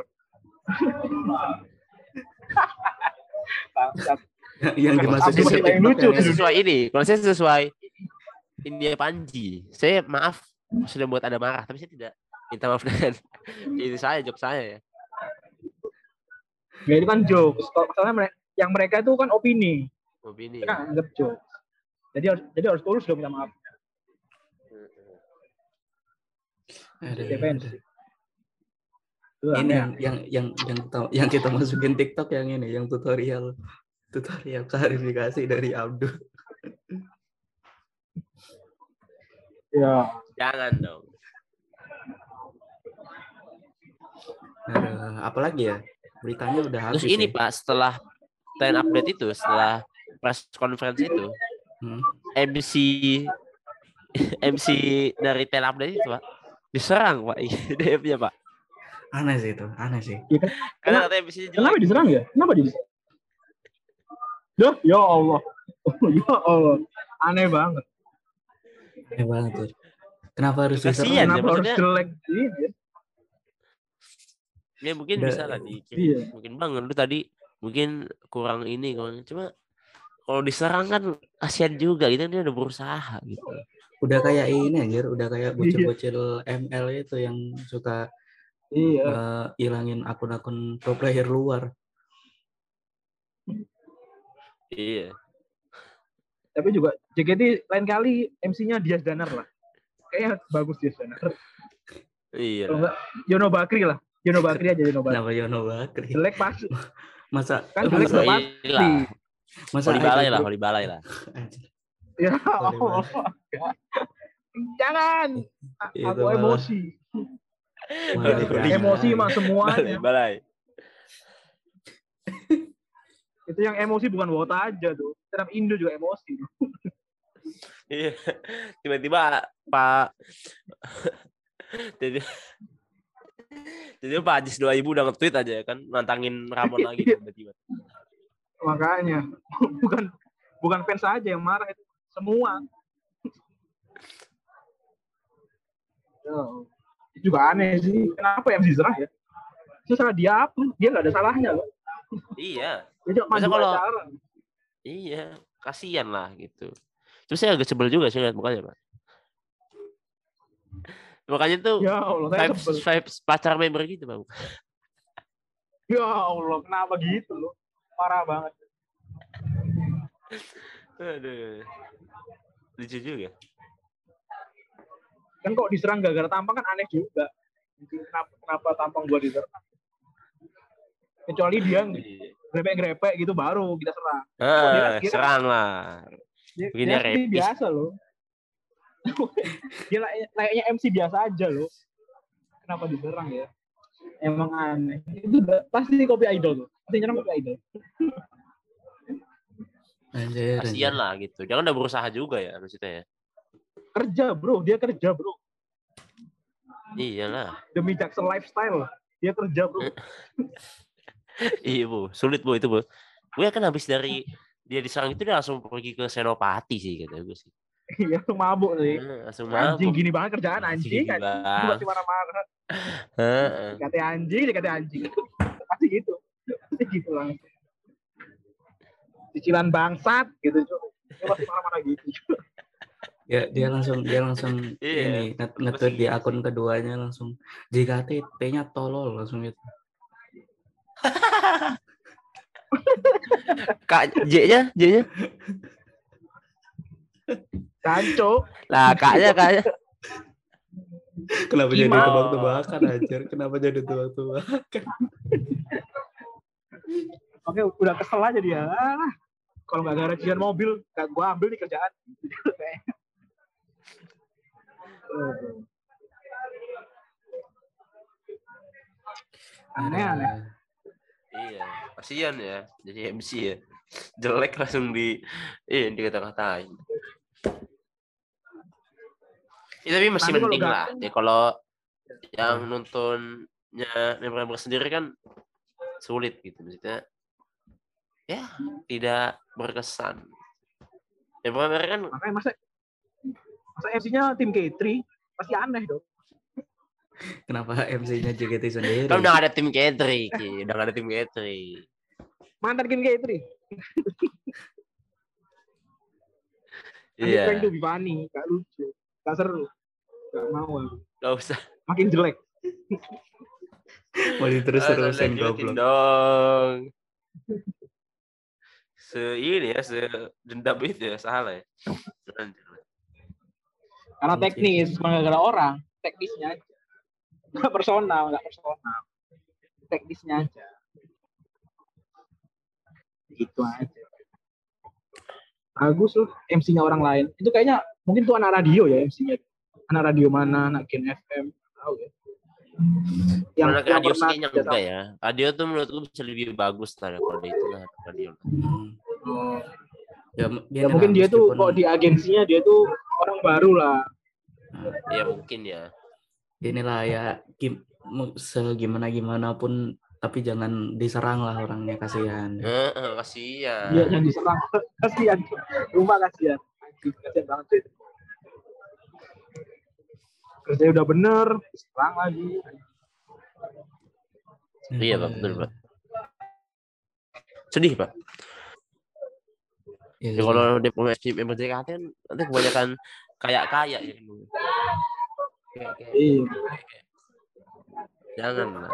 Bangsat. Yang dimasukin Abis ke kita yang TikTok lucu yang Saya ini. sesuai ini. Kalau saya sesuai ini Panji. Saya maaf sudah buat Anda marah, tapi saya tidak minta maaf dengan ini saya, jok saya ya. Ya itu kan jokes. Kalau masalahnya mere- yang mereka itu kan opini. Opini. Mereka kan anggap jokes. Jadi harus jadi harus tulus dong minta maaf. Aduh, Defense. aduh. Itu Ini aneh. yang yang yang yang kita, yang kita masukin TikTok yang ini, yang tutorial tutorial klarifikasi dari Abdul. Ya. Jangan dong. Aduh, apalagi ya? Beritanya udah habis. Terus ini ya. Pak, setelah trend update itu, setelah press conference itu, Hmm. M C M C dari trend update itu Pak diserang Pak D M-nya Pak. Aneh sih itu, aneh sih. Ya kan? Karena kata M C-nya Kenapa jelek. diserang ya? Kenapa diserang? Duh, ya Allah. ya Allah. Aneh banget. Aneh banget tuh. Kenapa harus Kasian diserang? ya, Kenapa harus maksudnya- jelek? Iya. Ya mungkin Udah, bisa lah di iya. mungkin Bang lu tadi mungkin kurang ini kurang cuma kalau diserang kan kasihan juga gitu dia udah berusaha gitu. Udah kayak ini anjir, udah kayak bocil-bocil M L itu yang suka Iya. eh, ilangin akun-akun pro player luar. Iya. Tapi juga J K T lain kali M C-nya Dias Danar lah. Kayaknya bagus Dias Danar. Iya. Kalau enggak Yono Bakri lah. Yono Bakri aja Yono Bakri. Kenapa Yono Bakri? Jelek pasti. Masa Kan jelek masa, udah Lah, pasti. masa Holy balai idol lah, grup- holy balai lah. Anjir, Ya Boleh Allah. Jangan. A- Itu Aku malah- emosi. malah Holy berani. Emosi mah Balai, semuanya. balai. Itu yang emosi bukan Wota aja tuh. Terhadap Indo juga emosi. Iya. Tiba-tiba Pak jadi jadi Pak Ajis dua ribu udah nge-tweet aja kan nantangin Ramon lagi tiba-tiba. Makanya bukan bukan fans aja yang marah itu, semua. Oh. Itu juga aneh sih. Kenapa yang diserah ya? Itu salah dia apa? Dia nggak ada salahnya loh. Iya. Dia cuma maju kalau acara. Iya, kasihan lah gitu. Terus saya agak sebel juga sih lihat mukanya, Pak. Makanya tuh Ya Allah, saya vibes, sebel. vibes pacar member gitu, Bang. Ya Allah, kenapa gitu loh? Parah banget. Aduh. Lucu juga. Kan kok diserang gara-gara tampang kan aneh juga. Kenapa, kenapa tampang gua diserang? Kecuali dia grepek-grepek gitu baru kita serang. Ah, dia, dia serang kan, lah. Dia, Begini dia repis. biasa loh. Dia layaknya M C biasa aja loh. Kenapa diserang ya? Emang aneh. Itu pasti kopi idol tuh. Pasti nyerang kopi idol. Anjir, kasihan anjir. lah gitu. Dia kan udah berusaha juga ya maksudnya ya. Kerja bro, dia kerja bro. Iyalah. Demi Jackson lifestyle, dia kerja bro. Iya bu, sulit bu itu bu. Gue kan habis dari dia diserang itu dia langsung pergi ke Senopati sih kata gue sih. Iya, langsung mabuk sih. Langsung Anjing mabuk. gini banget kerjaan anjing, anjing. anjing. Masih marah-marah. Dikata anjing, dikata anjing. Pasti gitu. Pasti gitu lah. Cicilan bangsat gitu cuy. Dia masih marah-marah gitu. Ya dia langsung dia langsung Iya. ini nge-tweet di akun keduanya langsung J K T T-nya tolol langsung gitu. Kak J-nya, J-nya. Canco. Lah kaknya kaknya. Kenapa jadi Gimana? tebak-tebakan anjir? Kenapa jadi tebak-tebakan? Oke, udah kesel aja dia. Ah, kalau nggak gara cicilan mobil, nggak gua ambil nih kerjaan. Aneh-aneh. Iya, kasihan ya. Jadi M C ya. Jelek langsung di iya dikata-katain. Ya, tapi masih Nanti mending kalau lah. Ya kalau yang nontonnya member-member sendiri kan sulit gitu maksudnya. Ya, tidak berkesan. Member-member kan makanya masa masa M C-nya tim K tiga pasti aneh dong. Kenapa M C-nya J K T sendiri? kan udah gak ada tim K tiga, Ki. Udah gak ada tim K tiga. Mantan tim K tiga. Iya. Prank tuh funny, gak lucu, gak seru, gak mau aku. Gak usah. Makin jelek. Mau diterus-terusin goblok. dong. Se ini ya, se dendam itu ya, salah ya. Karena teknis, bukan gara-gara orang, teknisnya aja. Gak personal, gak personal. Teknisnya aja. Gitu aja. Bagus loh M C-nya orang lain. Itu kayaknya mungkin tuh anak radio ya M C-nya. Anak radio mana, anak Gen F M, tahu ya. Yang, yang radio kayaknya enggak ya. Radio tuh menurut gue bisa lebih bagus lah kalau itu lah radio. Hmm. Oh. Ya, ya mungkin lah, dia meskipun... tuh kok di agensinya dia tuh orang baru lah. Ya mungkin ya. Inilah ya gim, segimana gimana pun tapi jangan diserang lah orangnya, kasihan. Heeh, kasihan. Iya, jangan diserang. Kasihan. Rumah kasihan. Kasihan banget sih. Kerja udah bener, diserang lagi. Iya, Pak, betul, Pak. Sedih, Pak. Ya, ya kalau dia punya member J K T kan nanti kebanyakan kayak-kayak ya. Kayak, kayak, iya. Kayak. Jangan lah.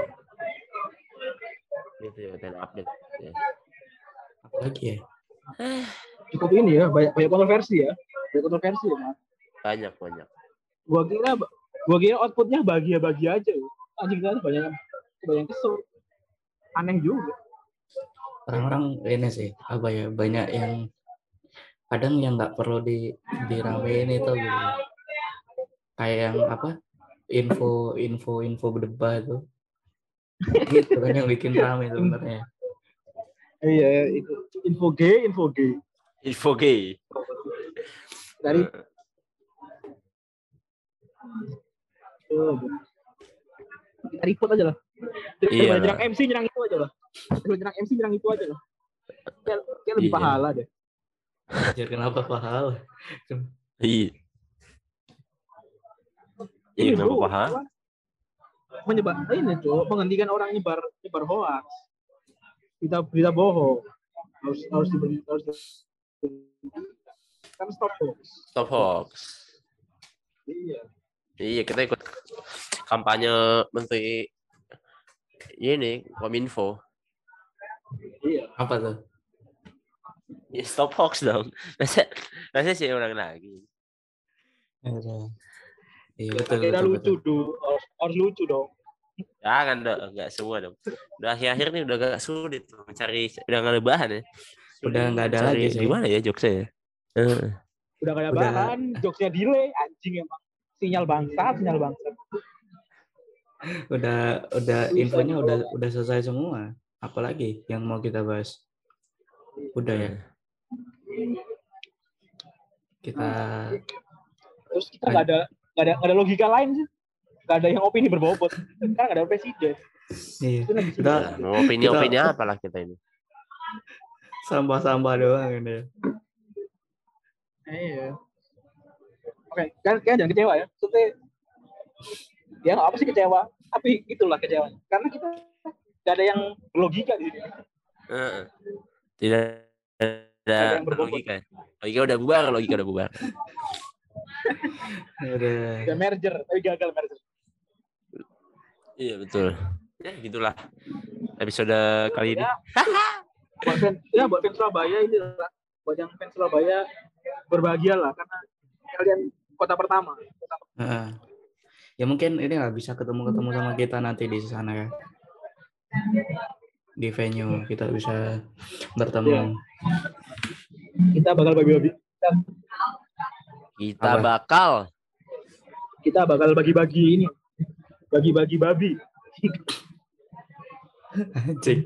Gitu ya, dan update. Ya. Apa lagi ya? Cukup ini ya, banyak banyak kontroversi ya. Banyak kontroversi ya, Mas. Banyak, banyak. Gua kira gua kira outputnya bahagia-bahagia aja. Anjing kan banyak banyak kesel. Aneh juga. Orang-orang ini sih, apa ya, banyak yang kadang yang nggak perlu di diramein itu gitu. Kayak yang apa? Info info info berdebat itu. Gitu kan yang bikin rame sebenarnya. Iya, itu info G, info G. Info gay. Dari Tuh, kita report aja lah. Iya Daripada nyerang lah. M C nyerang itu aja lah. Daripada nyerang M C nyerang itu aja lah. Kayak, kayak lebih Iya. pahala deh. Ya kenapa pahala? Iya. Iya Ini kenapa bro, paham? apa? Menyebar ini tuh menghentikan orang nyebar nyebar hoax. Berita berita bohong. Harus harus diberi harus diberi. Kan stop hoax. Stop hoax. Iya. Iya kita ikut kampanye menteri ini Kominfo. Iya. Apa tuh? Ya, stop hoax dong. Masa masa sih orang lagi. Iya betul Kira betul. lucu betul. dong. Harus, harus lucu dong. Jangan dong, enggak semua dong. Udah akhir-akhir nih udah agak sulit tuh mencari, udah nggak ada bahan ya. Udah nggak ada Mencari lagi sih. gimana ya jokesnya ya? Uh. Udah gak ada Udah. bahan, jokesnya delay, anjing emang. Sinyal bangsat, sinyal bangsat. Udah udah infonya udah udah selesai semua. Apalagi yang mau kita bahas? Udah ya. Kita Terus kita nggak ada nggak ada nggak ada logika lain sih. Nggak ada yang opini berbobot. Kan nggak ada presiden. iya. Itu lebih Kita susah. Mau opini-opini apa lah kita ini? sampah-sampah doang ini. Iya. Oke, kan kan jangan kecewa ya. Maksudnya ya nggak apa sih kecewa, tapi itulah kecewa. Karena kita nggak ada yang logika di sini. Uh. Tidak ada yang berbobot. logika. Logika udah bubar, logika udah bubar. Udah. Udah merger, tapi gagal merger. Iya betul. Ya gitulah episode kali ini. Ya, buat fans, ya buat fans Surabaya ini lah. Buat yang fans Surabaya berbahagialah karena kalian kota pertama. Kota pertama. Uh, ya mungkin ini lah bisa ketemu-ketemu sama kita nanti di sana ya. Di venue kita bisa bertemu. Ya. Kita bakal bagi-bagi. Kita, Kita Apa? bakal kita bakal bagi-bagi ini. Bagi-bagi babi. Anjing.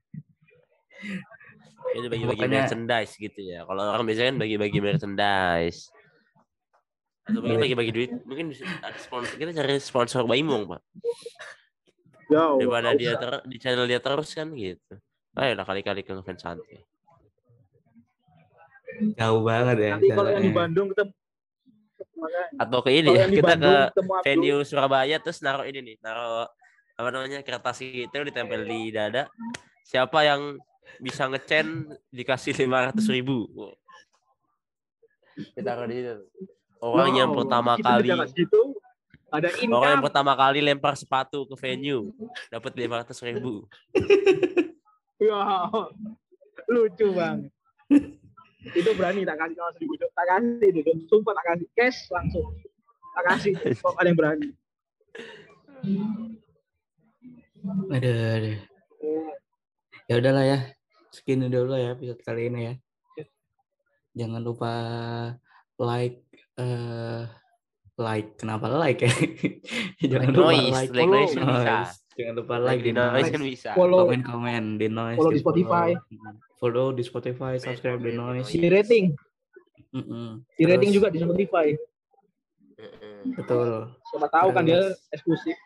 ini bagi-bagi Pokoknya- merchandise gitu ya. Kalau orang biasanya kan bagi-bagi merchandise. Atau mungkin bagi-bagi duit. Mungkin bisa ada sponsor. Kita cari sponsor Baimong, Pak. Jauh. Daripada dia ter- di channel dia terus kan gitu. Ayolah kali-kali ke ngefans santai. Jauh banget ya. Nanti kalau yang di jalannya. Bandung ketemu. Makanya, Atau ke ini kalau ya, yang di kita Bandung ke ketemu Abdul, venue Surabaya terus naruh ini nih, naruh apa namanya kertas gitu ditempel di dada. Siapa yang bisa ngecen dikasih lima ratus ribu. Kita taruh di situ. Orang wow, yang pertama kita kali jangan segitu, ada income. orang yang pertama kali lempar sepatu ke venue dapat lima ratus ribu. Wow, lucu banget. Itu berani tak kasih kalau seribu, tak kasih itu, sumpah tak kasih cash langsung, tak kasih. Kok ada yang berani? Aduh, aduh. Ya udahlah ya. Segini dulu ya episode kali ini ya. Jangan lupa like eh like kenapa like ya? Jangan Like lupa noise, like, like noise kan bisa. Noise. Jangan lupa like di Di noise noise, kan bisa. Follow, komen-komen di noise, follow di Spotify. follow di Spotify, subscribe di noise. di rating, Mm-mm. di rating Terus- juga di Spotify. Betul. Siapa tahu kan dia Terus- eksklusif.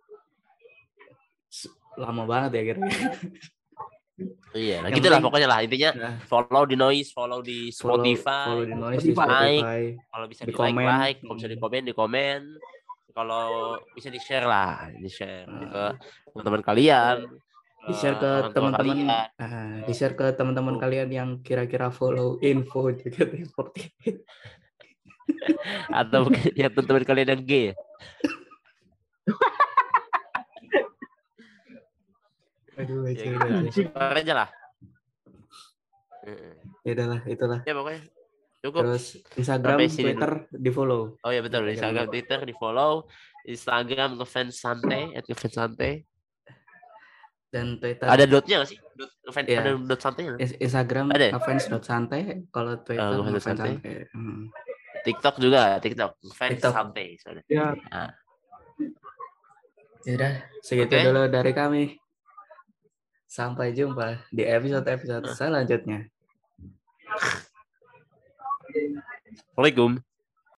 Lama banget ya kira. Iya, nah Yang gitu lah penting- pokoknya lah intinya Nah, follow di noise, follow di follow, Spotify. follow di noise di Spotify. Spotify. Kalau bisa Di di, like komen. like, kalau bisa di komen di komen. Kalau bisa di share lah, di share ke teman-teman kalian. Di share ke orang tua teman-teman, kalian. ah, di share ke teman-teman kalian yang kira-kira follow info juga seperti Atau mungkin ya teman-teman kalian yang gay. Aduh, Ya, aja, gitu udah, lah. aja. Share aja lah. Heeh. Ya udahlah, itulah. Ya pokoknya cukup. Terus Instagram, Sampai sini Twitter di follow. Oh ya betul, Jangan Instagram, lupa. Twitter di follow, Instagram ngefans santai, at ngefans santai. Dan Twitter. Ada dotnya nggak sih? Dot, ngefans, Iya. ada dot santai nggak? Is- Instagram Ada ya? ngefans.santai, kalau Twitter Oh, ngefans ngefans santai. santai. Hmm. TikTok juga, TikTok, ngefans TikTok. santai. Soalnya. Ya, Nah, Ya udah, segitu Oke. dulu dari kami. Sampai jumpa di episode-episode selanjutnya. Assalamualaikum.